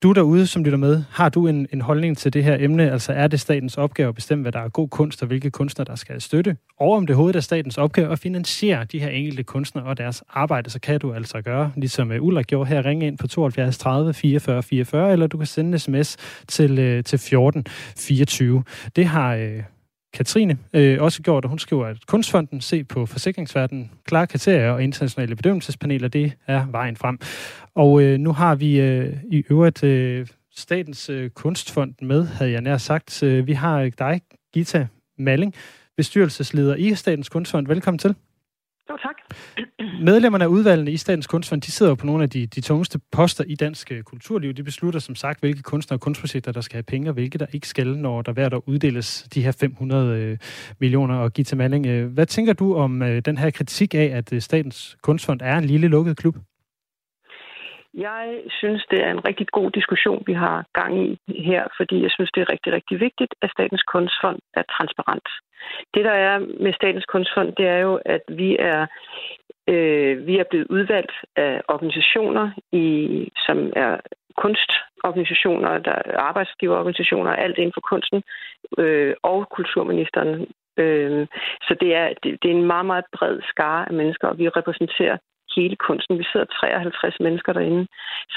[SPEAKER 2] Du derude, som lytter med, har du en holdning til det her emne? Altså er det statens opgave at bestemme, hvad der er god kunst, og hvilke kunstnere, der skal støtte? Og om det overhovedet er statens opgave at finansiere de her enkelte kunstnere og deres arbejde, så kan du altså gøre, ligesom Ulrik gjorde her, ringe ind på 72 30 44 44, eller du kan sende en sms til 14 24. Det har Katrine også gjort, og hun skriver, at Kunstfonden se på forsikringsverdenen, klare kriterier og internationale bedømmelsespaneler, det er vejen frem. Og nu har vi i øvrigt Statens Kunstfond med, havde jeg nær sagt. Vi har dig, Gita Malling, bestyrelsesleder i Statens Kunstfond. Velkommen til.
[SPEAKER 5] Jo, tak.
[SPEAKER 2] Medlemmerne af udvalgene i Statens Kunstfond, de sidder jo på nogle af de tungeste poster i dansk kulturliv. De beslutter som sagt, hvilke kunstnere og kunstprojekter, der skal have penge, og hvilke der ikke skal, når der hvert år uddeles de her 500 millioner. Og Gita Malling, hvad tænker du om den her kritik af, at Statens Kunstfond er en lille lukket klub?
[SPEAKER 5] Jeg synes, det er en rigtig god diskussion, vi har gang i her, fordi jeg synes, det er rigtig, rigtig vigtigt, at Statens Kunstfond er transparent. Det, der er med Statens Kunstfond, det er jo, at vi er blevet udvalgt af organisationer, som er kunstorganisationer, der er arbejdsgiverorganisationer, alt inden for kunsten, og kulturministeren. Så det er en meget, meget bred skare af mennesker, og vi repræsenterer hele kunsten. Vi sidder 53 mennesker derinde, så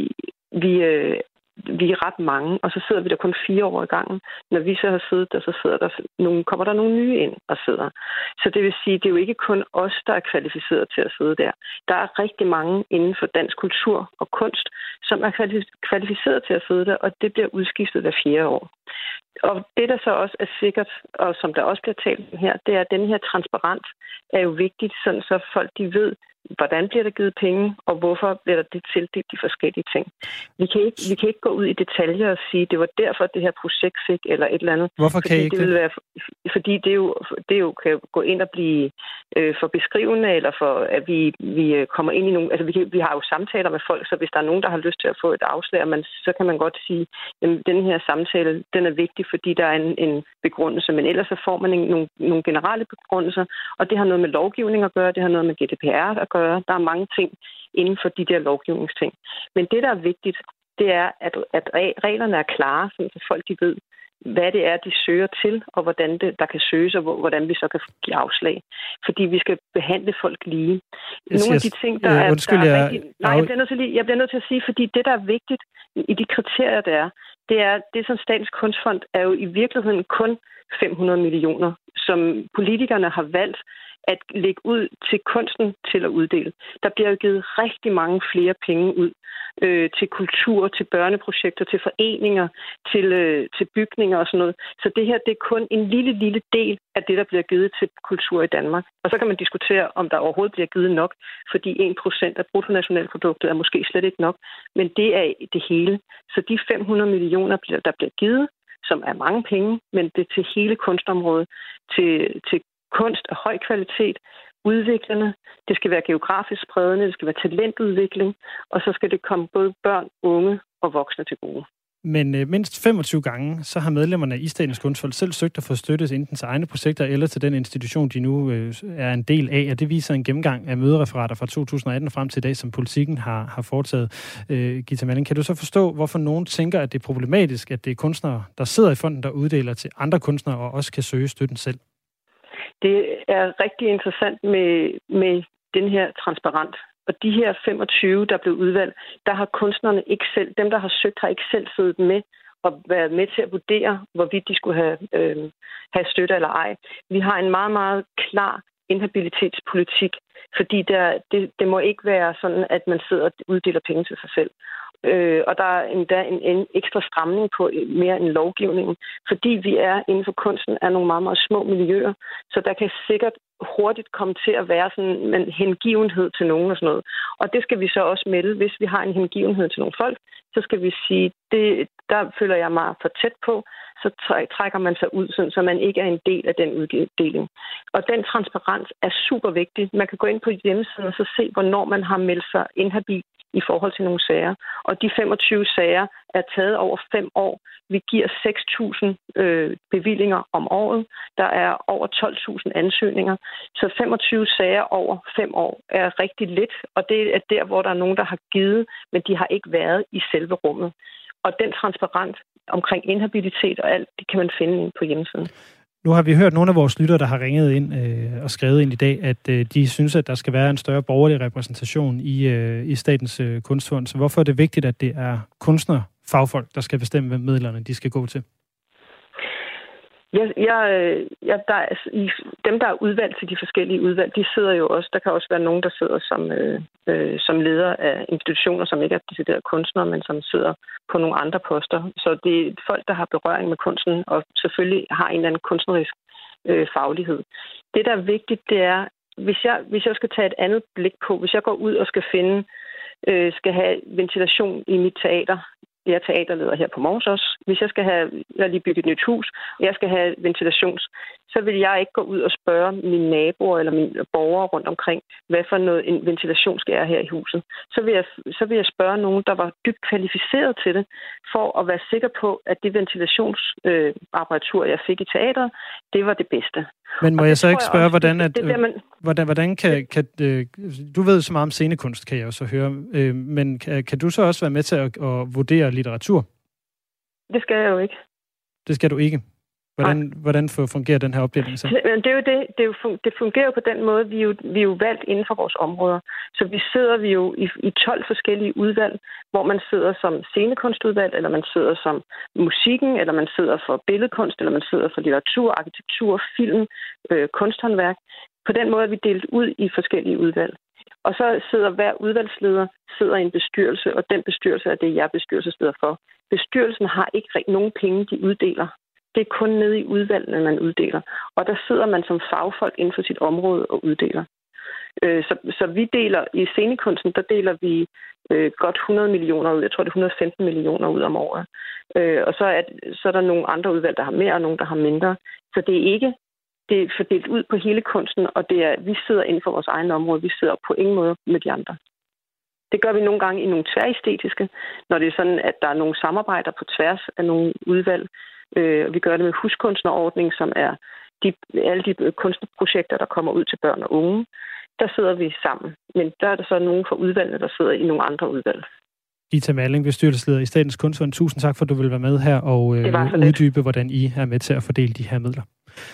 [SPEAKER 5] vi er ret mange, og så sidder vi der kun 4 år i gangen. Når vi så har siddet der, så kommer der nogle nye ind og sidder. Så det vil sige, det er jo ikke kun os, der er kvalificeret til at sidde der. Der er rigtig mange inden for dansk kultur og kunst, som er kvalificeret til at sidde der, og det bliver udskiftet hver 4 år. Og det, der så også er sikkert, og som der også bliver talt om her, det er, at den her transparens er jo vigtigt, sådan så folk de ved, hvordan bliver der givet penge, og hvorfor bliver der det tildelt de forskellige ting. Vi kan ikke gå ud i detaljer og sige, det var derfor, det her projekt fik, eller et eller andet.
[SPEAKER 2] Hvorfor kan I ikke det?
[SPEAKER 5] Fordi det jo kan gå ind og blive for beskrivende, eller for at vi kommer ind i nogle... Altså, vi har jo samtaler med folk, så hvis der er nogen, der har lyst til at få et afslag, så kan man godt sige, at den her samtale, den er vigtig, fordi der er en begrundelse, men ellers så får man nogle generelle begrundelser, og det har noget med lovgivning at gøre, det har noget med GDPR at gøre. Der er mange ting inden for de der lovgivningsting. Men det, der er vigtigt, det er, at reglerne er klare, så folk de ved, hvad det er, de søger til, og hvordan der kan søges, og hvordan vi så kan give afslag. Fordi vi skal behandle folk lige. Nogle af de ting, der er... Jeg bliver nødt til at sige, fordi det, der er vigtigt i de kriterier, der er, det som Statens Kunstfond er jo i virkeligheden kun 500 millioner, som politikerne har valgt at lægge ud til kunsten til at uddele. Der bliver jo givet rigtig mange flere penge ud til kultur, til børneprojekter, til foreninger, til bygninger og sådan noget. Så det her, det er kun en lille del af det, der bliver givet til kultur i Danmark. Og så kan man diskutere, om der overhovedet bliver givet nok, fordi 1% af bruttonationalproduktet er måske slet ikke nok. Men det er det hele. Så de 500 millioner, der bliver givet, som er mange penge, men det er til hele kunstområdet, til kunst af høj kvalitet, udviklende, det skal være geografisk spredende, det skal være talentudvikling, og så skal det komme både børn, unge og voksne til gode.
[SPEAKER 2] Men mindst 25 gange, så har medlemmerne i Statens Kunstfond selv søgt at få støtte enten til egne projekter eller til den institution, de nu er en del af. Og det viser en gennemgang af mødereferater fra 2018 frem til i dag, som Politikken har foretaget. Gita Malling, kan du så forstå, hvorfor nogen tænker, at det er problematisk, at det er kunstnere, der sidder i fonden, der uddeler til andre kunstnere og også kan søge støtten selv?
[SPEAKER 5] Det er rigtig interessant med den her transparent. Og de her 25, der blev udvalgt, der har kunstnerne ikke selv, dem der har søgt, har ikke selv siddet med og været med til at vurdere, hvorvidt de skulle have støtte eller ej. Vi har en meget, meget klar inhabilitetspolitik, fordi det må ikke være sådan, at man sidder og uddeler penge til sig selv. Og der er endda en ekstra stramning på mere end lovgivningen, fordi vi er inden for kunsten er nogle meget, meget små miljøer, så der kan sikkert hurtigt komme til at være sådan en hengivenhed til nogen og sådan noget. Og det skal vi så også melde. Hvis vi har en hengivenhed til nogle folk, så skal vi sige, der føler jeg mig for tæt på, så trækker man sig ud, så man ikke er en del af den uddeling. Og den transparens er super vigtig. Man kan gå ind på hjemmesiden og så se, hvornår man har meldt sig inhabil i forhold til nogle sager. Og de 25 sager er taget over 5 år. Vi giver 6.000 bevillinger om året. Der er over 12.000 ansøgninger. Så 25 sager over 5 år er rigtig lidt, og det er der, hvor der er nogen, der har givet, men de har ikke været i selve rummet. Og den transparent omkring inhabilitet og alt, det kan man finde inde på hjemmesiden.
[SPEAKER 2] Nu har vi hørt nogle af vores lyttere, der har ringet ind og skrevet ind i dag, at de synes, at der skal være en større borgerlig repræsentation i Statens Kunstfond. Så hvorfor er det vigtigt, at det er kunstnere, fagfolk, der skal bestemme, hvem midlerne de skal gå til? Dem, der er udvalgt til de forskellige udvalg, de sidder jo også. Der kan også være nogen, der sidder som leder af institutioner, som ikke er decideret kunstnere, men som sidder på nogle andre poster. Så det er folk, der har berøring med kunsten, og selvfølgelig har en eller anden kunstnerisk faglighed. Det, der er vigtigt, det er, hvis jeg skal tage et andet blik på, hvis jeg går ud og skal have ventilation i mit teater. Jeg er teaterleder her på Mors også. Hvis jeg har lige bygget et nyt hus, og jeg skal have ventilations, så vil jeg ikke gå ud og spørge mine naboer eller mine borgere rundt omkring, hvad for noget en ventilation skal jeg her i huset. Så vil jeg spørge nogen, der var dybt kvalificeret til det, for at være sikker på, at det ventilationsapparatur, jeg fik i teateret, det var det bedste. Men må jeg så ikke spørge, hvordan kan du ved så meget om scenekunst, kan jeg også høre, men kan du så også være med til at vurdere litteratur?
[SPEAKER 5] Det skal jeg jo ikke.
[SPEAKER 2] Det skal du ikke? Hvordan fungerer den her opdeling så?
[SPEAKER 5] Men det er jo det fungerer jo på den måde, vi er jo valgt inden for vores områder. Så vi sidder jo i 12 forskellige udvalg, hvor man sidder som scenekunstudvalg, eller man sidder som musikken, eller man sidder for billedkunst, eller man sidder for litteratur, arkitektur, film, kunsthåndværk. På den måde er vi delt ud i forskellige udvalg. Og så sidder hver udvalgsleder i en bestyrelse, og den bestyrelse er det, jeg er bestyrelsesleder for. Bestyrelsen har ikke nogen penge, de uddeler. Det er kun nede i udvalgene, man uddeler. Og der sidder man som fagfolk inden for sit område og uddeler. Så vi deler i scenekunsten, der deler vi godt 100 millioner ud. Jeg tror, det er 115 millioner ud om året. Og så er der nogle andre udvalg, der har mere, og nogle, der har mindre. Så det er fordelt ud på hele kunsten, og vi sidder inden for vores egen område. Vi sidder på ingen måde med de andre. Det gør vi nogle gange i nogle tværestetiske, når det er sådan, at der er nogle samarbejder på tværs af nogle udvalg. Vi gør det med huskunstnerordning, som er alle de kunstnerprojekter, der kommer ud til børn og unge. Der sidder vi sammen. Men der er der så nogen fra udvalgene, der sidder i nogle andre udvalg.
[SPEAKER 2] Gita Malling, bestyrelsesleder i Statens Kunstfond. Tusind tak, for at du vil være med her og uddybe, hvordan I er med til at fordele de her midler.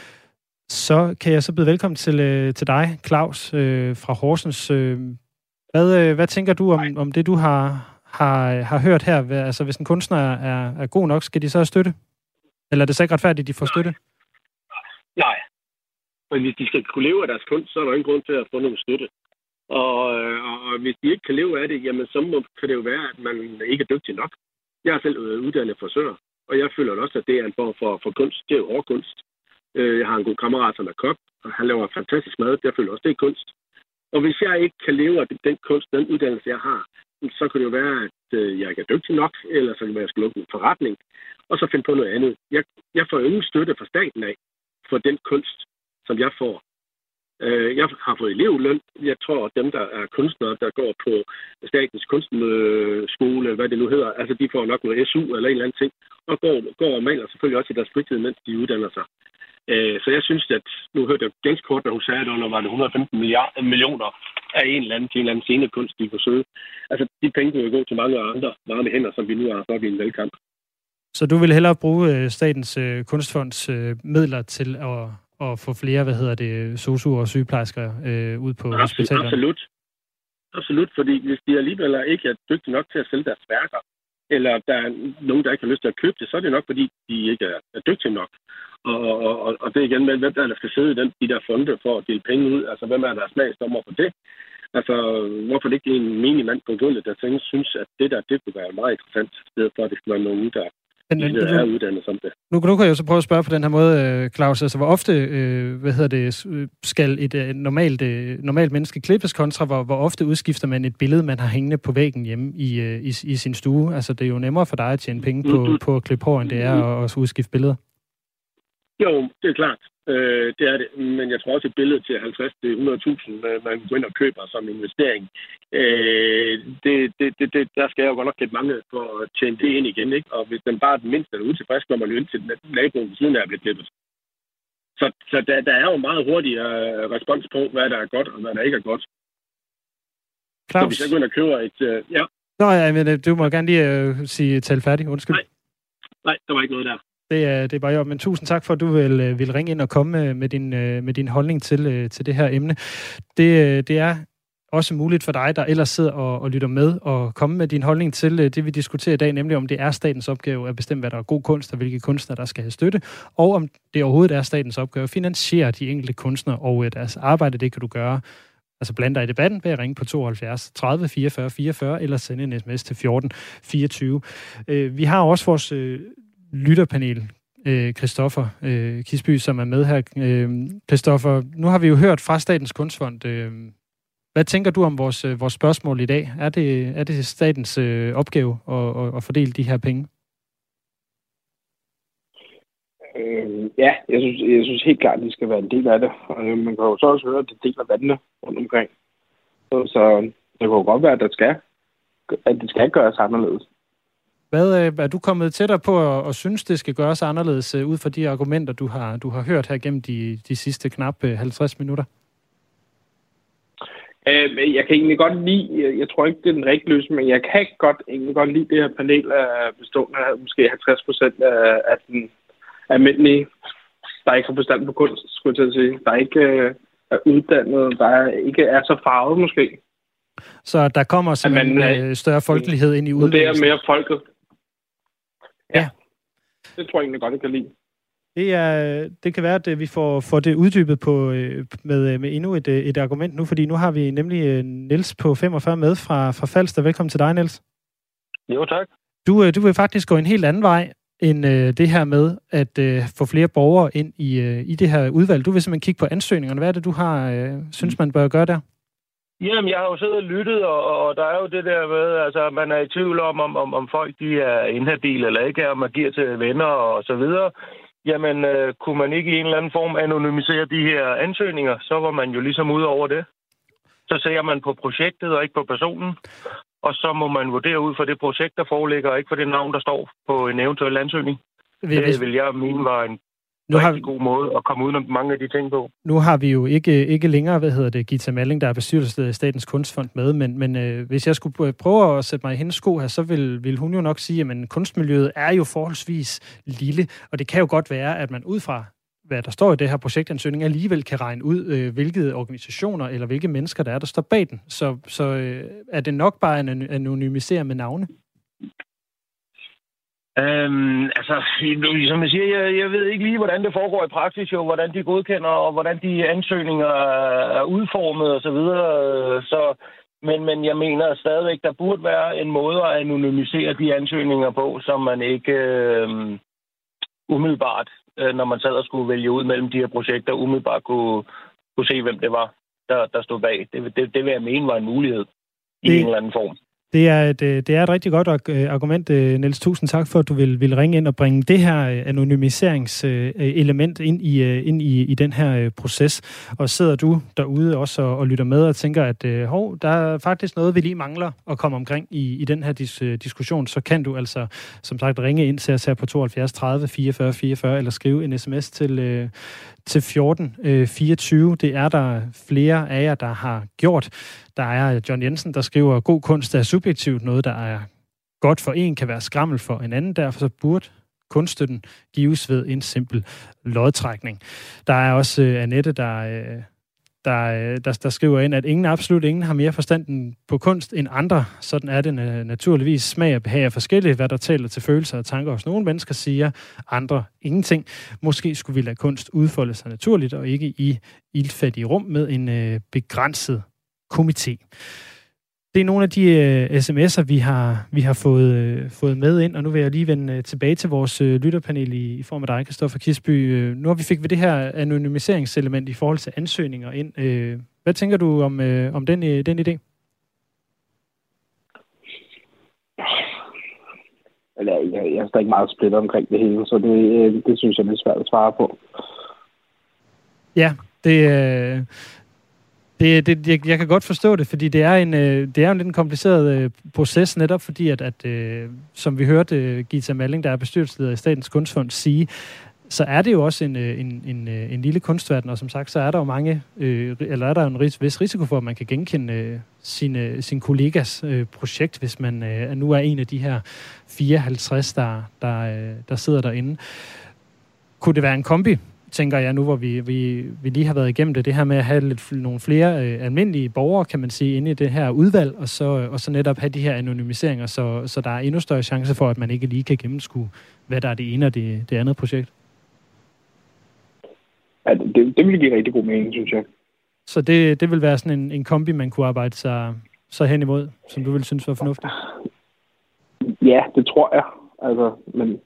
[SPEAKER 2] Så kan jeg så byde velkommen til dig, Claus fra Horsens. Hvad tænker du om det, du har hørt her? Altså, hvis en kunstner er god nok, skal de så have støtte? Eller er det så ikke retfærdigt, at de får støtte?
[SPEAKER 8] Nej. Men hvis de skal kunne leve af deres kunst, så er der ingen grund til at få nogen støtte. Og hvis de ikke kan leve af det, jamen så kan det jo være, at man ikke er dygtig nok. Jeg er selv uddannet frisør, og jeg føler også, at det er en form for kunst. Det er jo hårdkunst. Jeg har en god kammerat, som er kok, og han laver fantastisk mad. Jeg føler også, det er kunst. Og hvis jeg ikke kan leve af den kunst, den uddannelse, jeg har, så kan det jo være, at jeg ikke er dygtig nok, eller så kan det være, at jeg skal lukke en forretning, og så finde på noget andet. Jeg får ingen støtte fra staten af for den kunst, som jeg får. Jeg har fået elevløn. Jeg tror, at dem, der er kunstnere, der går på statens kunstskole, eller hvad det nu hedder, altså de får nok noget SU eller en eller anden ting, og går og maler selvfølgelig også i deres fritid, mens de uddanner sig. Så jeg synes, at nu hørte jeg ganske kort, da hun sagde, at under var det 115 millioner af en eller anden scenekunst, de får søge. Altså, de penge vil jo gå til mange andre varme hænder, som vi nu har fået i en valgkamp. Så du vil hellere bruge Statens Kunstfonds midler til at få flere, sosu'er og sygeplejersker ud på hospitalerne? Absolut, fordi hvis de alligevel ikke er dygtige nok til at sælge deres værker, eller der er nogen, der ikke har lyst til at købe det, så er det nok, fordi de ikke er dygtige nok. Og det er igen med, hvem der skal sidde i de der fonde for at dele penge ud. Altså, hvem er der smagsdommer på det? Altså, hvorfor det ikke en menig mand på gulvet, der synes, at det kunne være meget interessant, i stedet for, at det skulle være nogen, der er uddannet som det. Nu kan jeg jo så prøve at spørge på den her måde, Claus. Altså, hvor ofte skal et normalt menneske klippes kontra, hvor ofte udskifter man et billede, man har hængende på væggen hjemme i sin stue? Altså, det er jo nemmere for dig at tjene penge på at klippe hår, end det er at udskifte billeder. Jo, det er klart. Det er det. Men jeg tror også et billede til 50-100.000, man går ind og køber som investering. Der skal jeg jo godt nok lidt mange for at tjene det ind igen, ikke? Og hvis den bare er den mindste er utilfreds, når man jo ind til naboen ved siden af at blive klippet. Så der er jo meget hurtigere respons på, hvad der er godt og hvad der ikke er godt.
[SPEAKER 2] Claus?
[SPEAKER 8] Så hvis jeg går ind og køber et... ja.
[SPEAKER 2] Nå, ja, men du må gerne lige sige tal færdig. Undskyld.
[SPEAKER 8] Nej, der var ikke noget der.
[SPEAKER 2] Det er bare jo. Men tusind tak for, at du vil ringe ind og komme med din holdning til det her emne. Det er også muligt for dig, der ellers sidder og lytter med, og komme med din holdning til det, vi diskuterer i dag, nemlig om det er statens opgave at bestemme, hvad der er god kunst, og hvilke kunstnere, der skal have støtte, og om det overhovedet er statens opgave at finansiere de enkelte kunstnere og deres arbejde. Det kan du gøre. Altså blande dig i debatten ved at ringe på 72 30 44 44 eller sende en sms til 14 24. Vi har også vores lytterpanel, Christoffer Kisby, som er med her. Christoffer, nu har vi jo hørt fra Statens Kunstfond. Hvad tænker du om vores spørgsmål i dag? Er det statens opgave at fordele de her penge?
[SPEAKER 3] Ja, jeg synes helt klart, at de skal være en del af det. Og man kan jo så også høre, at det deler vandene rundt omkring. Så det kan jo godt være, at det skal gøres anderledes.
[SPEAKER 2] Hvad er du kommet tættere på at synes, det skal gøres anderledes ud fra de argumenter, du har hørt her gennem de sidste knap 50 minutter?
[SPEAKER 3] Jeg kan egentlig godt lide, jeg tror ikke, det er den rigtige løsning, men jeg kan egentlig godt lide det her panel bestående af måske 50% af den almindelige, der ikke har forstand på kunst, skulle jeg til at sige. Der ikke er uddannet, der ikke er så farvet måske.
[SPEAKER 2] Så der kommer simpelthen større folkelighed ind i udlæggelsen?
[SPEAKER 3] Det er mere folket. Ja. Det tror jeg egentlig godt, jeg kan lide.
[SPEAKER 2] Det kan være, at vi får det uddybet med endnu et argument nu, fordi nu har vi nemlig Niels på 45 med fra Falster. Velkommen til dig, Niels.
[SPEAKER 9] Jo, tak.
[SPEAKER 2] Du vil faktisk gå en helt anden vej end det her med at få flere borgere ind i det her udvalg. Du vil simpelthen kigge på ansøgningerne. Hvad er det, du synes, man bør gøre der?
[SPEAKER 9] Jamen, jeg har jo siddet og lyttet, og der er jo det der med, altså, man er i tvivl om folk de er inhabile eller ikke, om man giver til venner og så videre. Jamen, kunne man ikke i en eller anden form anonymisere de her ansøgninger, så var man jo ligesom ude over det. Så ser man på projektet og ikke på personen, og så må man vurdere ud fra det projekt, der foreligger, og ikke for det navn, der står på en eventuel ansøgning. Det vil jeg mene var en rigtig god måde at komme ud af mange af de ting på.
[SPEAKER 2] Nu har vi jo ikke længere, Gita Malling, der er bestyrelsesleder i Statens Kunstfond med, men hvis jeg skulle prøve at sætte mig i hendes sko her, så vil hun jo nok sige, at kunstmiljøet er jo forholdsvis lille, og det kan jo godt være, at man ud fra, hvad der står i det her projektansøgning, alligevel kan regne ud, hvilke organisationer eller hvilke mennesker der står bag den. Så er det nok bare at anonymisere med navne?
[SPEAKER 9] Som jeg siger, jeg ved ikke lige, hvordan det foregår i praksis, jo, hvordan de godkender, og hvordan de ansøgninger er udformet og så videre. Men jeg mener stadigvæk, der burde være en måde at anonymisere de ansøgninger på, som man ikke umiddelbart, når man sad og skulle vælge ud mellem de her projekter, umiddelbart kunne se, hvem det var, der stod bag. Det vil jeg mene var en mulighed i en eller anden form.
[SPEAKER 2] Det er et rigtig godt argument, Niels. Tusind tak for, at du vil ringe ind og bringe det her anonymiseringselement ind i den her proces. Og sidder du derude også og lytter med og tænker, at der er faktisk noget, vi lige mangler at komme omkring i den her diskussion, så kan du altså som sagt ringe ind til os her på 72 30 44 44 eller skrive en sms til 14 24. Det er der flere af jer, der har gjort. Der er John Jensen, der skriver, god kunst er subjektivt. Noget, der er godt for en, kan være skrammel for en anden. Derfor så burde kunststøtten gives ved en simpel lodtrækning. Der er også Annette, der skriver ind, at absolut ingen har mere forstand på kunst end andre. Sådan er det naturligvis. Smag og behag er forskellige, hvad der taler til følelser og tanker hos nogle mennesker, siger andre ingenting. Måske skulle vi lade kunst udfolde sig naturligt og ikke i ildfattige rum med en begrænset komité. Det er nogle af de sms'er, vi har fået med ind, og nu vil jeg lige vende tilbage til vores lytterpanel i form af dig, Christoffer Kisby. Nu fik vi det her anonymiseringselement i forhold til ansøgninger ind. Hvad tænker du om den idé?
[SPEAKER 3] jeg er stadig meget splittet omkring det hele, så det synes jeg er lidt svært at svare på.
[SPEAKER 2] Ja, jeg kan godt forstå det, fordi det er en lidt kompliceret proces, netop fordi, at som vi hørte Gita Malling, der er bestyrelsesleder i Statens Kunstfond, sige, så er det jo også en lille kunstverden, og som sagt, så er der jo eller er der en vis risiko for, at man kan genkende sin kollegas projekt, hvis man nu er en af de her 54, der sidder derinde. Kunne det være en kombi, tænker jeg nu, hvor vi lige har været igennem det her med at have nogle flere almindelige borgere, kan man sige, inde i det her udvalg, og så netop have de her anonymiseringer, så der er endnu større chance for, at man ikke lige kan gennemskue, hvad der er det ene og det andet projekt?
[SPEAKER 3] Ja, det vil give rigtig god mening, synes jeg.
[SPEAKER 2] Så det vil være sådan en kombi, man kunne arbejde sig hen imod, som du ville synes var fornuftigt?
[SPEAKER 3] Ja, det tror jeg. Altså, men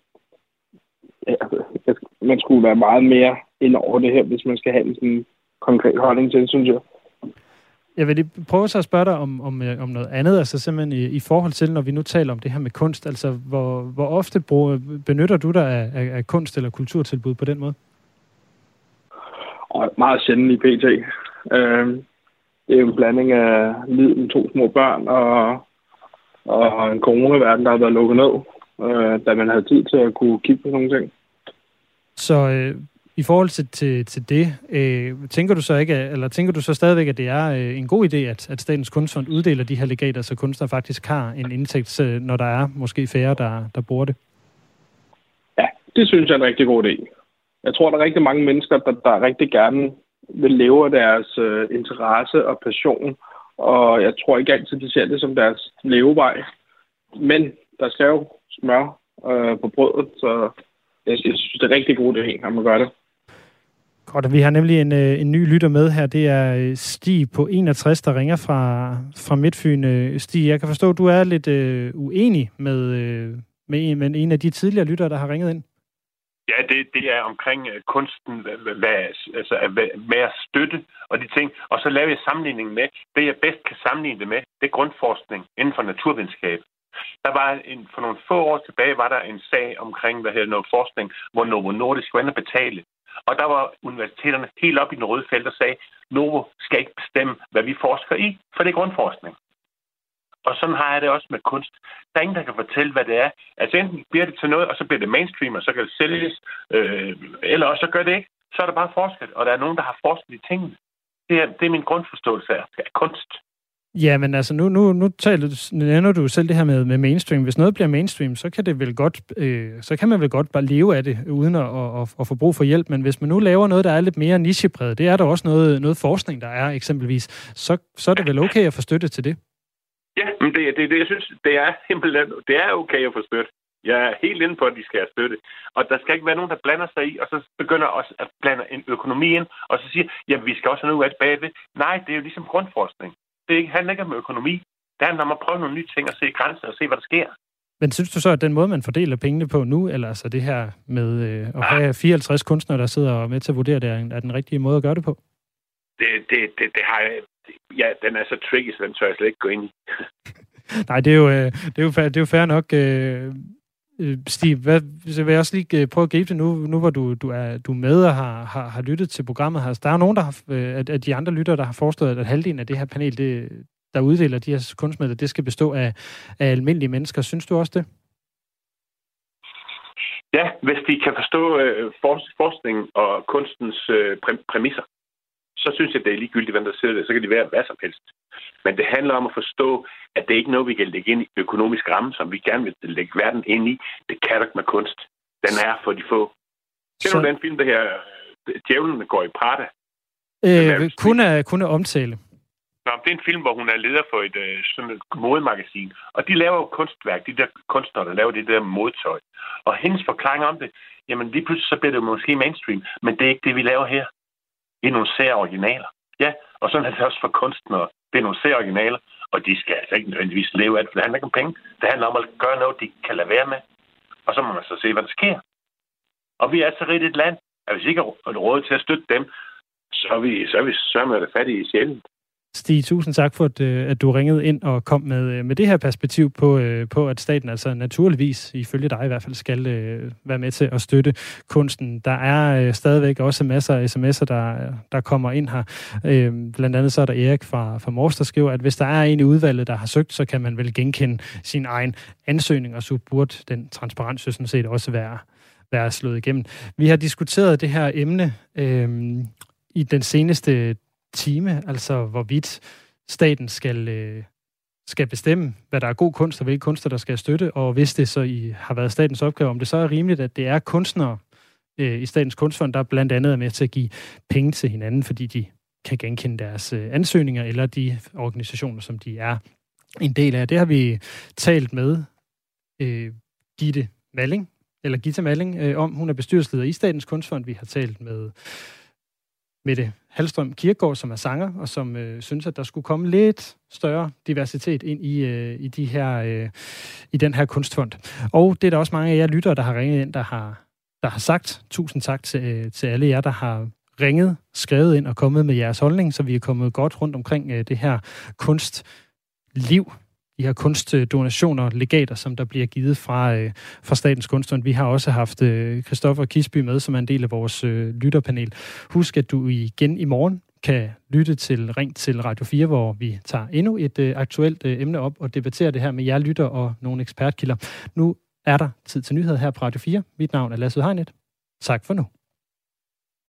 [SPEAKER 3] man skulle være meget mere ind over det her, hvis man skal have en sådan konkret holdning til det, synes jeg.
[SPEAKER 2] Jeg vil lige prøve så at spørge dig om noget andet, altså simpelthen i forhold til, når vi nu taler om det her med kunst, altså hvor ofte benytter du dig af kunst eller kulturtilbud på den måde?
[SPEAKER 3] Og meget sjældent i PT. Det er jo en blanding af liv med 2 små børn og en coronaverden, der har været lukket ned, da man havde tid til at kunne kigge på sådan nogle ting. Så
[SPEAKER 2] i forhold til det, tænker du så ikke, eller tænker du så stadigvæk, at det er en god idé, at Statens Kunstfond uddeler de her legater, så kunstnere faktisk har en indtægt, når der er måske færre, der bruger det?
[SPEAKER 3] Ja, det synes jeg er en rigtig god idé. Jeg tror, der er rigtig mange mennesker, der rigtig gerne vil leve af deres interesse og passion, og jeg tror ikke altid, de ser det som deres levevej. Men der skal jo smør på brødet, så jeg synes, det er en rigtig god idé, at man gør det.
[SPEAKER 2] Godt, vi har nemlig en ny lytter med her. Det er Stig på 61, der ringer fra Midtfyn. Stig, jeg kan forstå, at du er lidt uenig med en af de tidligere lyttere, der har ringet ind.
[SPEAKER 10] Ja, det er omkring kunsten, med at støtte og de ting. Og så laver jeg sammenligning med, det jeg bedst kan sammenligne det med, det er grundforskning inden for naturvidenskab. Der var for nogle få år tilbage, var der en sag omkring, noget forskning, hvor Novo Nordisk var inde at betale. Og der var universiteterne helt op i den røde felt og sagde, Novo skal ikke bestemme, hvad vi forsker i, for det er grundforskning. Og sådan har jeg det også med kunst. Der er ingen, der kan fortælle, hvad det er. Altså enten bliver det til noget, og så bliver det mainstream, og så kan det sælges, eller også så gør det ikke. Så er det bare forsket, og der er nogen, der har forsket i tingene. Det er min grundforståelse af kunst. Ja, men altså nu nævner du selv det her med mainstream. Hvis noget bliver mainstream, så kan det vel godt, så kan man vel godt bare leve af det, uden at få brug for hjælp. Men hvis man nu laver noget, der er lidt mere nichepræget, det er der også noget forskning, der er eksempelvis, så er det vel okay at få støtte til det? Ja, men det jeg synes, det er simpelthen, det er okay at få støtte. Jeg er helt inde på, at de skal have støtte. Og der skal ikke være nogen, der blander sig i, og så begynder også at blande en økonomi ind, og så siger, jamen vi skal også have noget af bagved. Nej, det er jo ligesom grundforskning. Det handler ikke om økonomi. Det handler om at prøve nogle nye ting og se grænser og se, hvad der sker. Men synes du så, at den måde, man fordeler pengene på nu, eller altså det her med at have 54 kunstnere, der sidder med til at vurdere, det er den rigtige måde at gøre det på? Det har jeg... Ja, den er så tricky, så den tør jeg slet ikke gå ind i. Nej, det er jo fair nok. Stig, så vil jeg også lige prøve at gribe det nu hvor du er med og har lyttet til programmet her. Der er jo nogen, af de andre lyttere, der har foreslået, at halvdelen af det her panel, der uddeler de her kunstmidler, det skal bestå af almindelige mennesker. Synes du også det? Ja, hvis de kan forstå forskning og kunstens præmisser, så synes jeg, det er ligegyldigt, hvem der sidder der. Så kan de være hvad som helst. Men det handler om at forstå, at det ikke er noget, vi kan lægge ind i økonomisk ramme, som vi gerne vil lægge verden ind i. Det kan du ikke med kunst. Den er for de få. Kender du den film, der her Djævlen går i Prada? Kun at omtale. Nå, det er en film, hvor hun er leder for et modemagasin. Og de laver jo kunstværk, de der kunstnere, der laver det der modtøj. Og hendes forklaring om det, jamen lige pludselig så bliver det måske mainstream, men det er ikke det, vi laver her. Det er nogle sære originaler. Ja, og sådan er det også for kunstnere. Det er nogle sære originaler, og de skal altså ikke nødvendigvis leve af det, for det handler ikke om penge. Det handler om at gøre noget, de kan lade være med. Og så må man så se, hvad der sker. Og vi er så rigt et land, at hvis ikke har råd til at støtte dem, så er vi sørme det fattige i sjælen.
[SPEAKER 2] Stig, tusind tak for, at du ringede ind og kom med det her perspektiv på, at staten altså naturligvis, ifølge dig i hvert fald, skal være med til at støtte kunsten. Der er stadigvæk også masser af sms'er, der kommer ind her. Blandt andet så er der Erik fra Mors, der skriver, at hvis der er en i udvalget, der har søgt, så kan man vel genkende sin egen ansøgning, og så burde den transparens sådan set også være slået igennem. Vi har diskuteret det her emne i den seneste time, altså hvorvidt staten skal bestemme, hvad der er god kunst og hvilke kunster, der skal støtte, og hvis det så har været statens opgave, om det så er rimeligt, at det er kunstnere i Statens Kunstfond, der blandt andet er med til at give penge til hinanden, fordi de kan genkende deres ansøgninger, eller de organisationer, som de er en del af. Det har vi talt med Gita Malling om. Hun er bestyrelsesleder i Statens Kunstfond. Vi har talt med Mette Hallstrøm Kirkegaard, som er sanger, og som synes, at der skulle komme lidt større diversitet ind i den her kunstfond. Og det er der også mange af jer lyttere, der har ringet ind, der har sagt tusind tak til alle jer, der har ringet, skrevet ind og kommet med jeres holdning, så vi er kommet godt rundt omkring det her kunstliv, de her kunstdonationer, legater, som der bliver givet fra Statens Kunstfond. Vi har også haft Christoffer Kisby med, som er en del af vores lytterpanel. Husk, at du igen i morgen kan lytte til Ring til Radio 4, hvor vi tager endnu et aktuelt emne op og debatterer det her med jer lytter og nogle ekspertkilder. Nu er der tid til nyheder her på Radio 4. Mit navn er Lasse Hegnet. Tak for nu.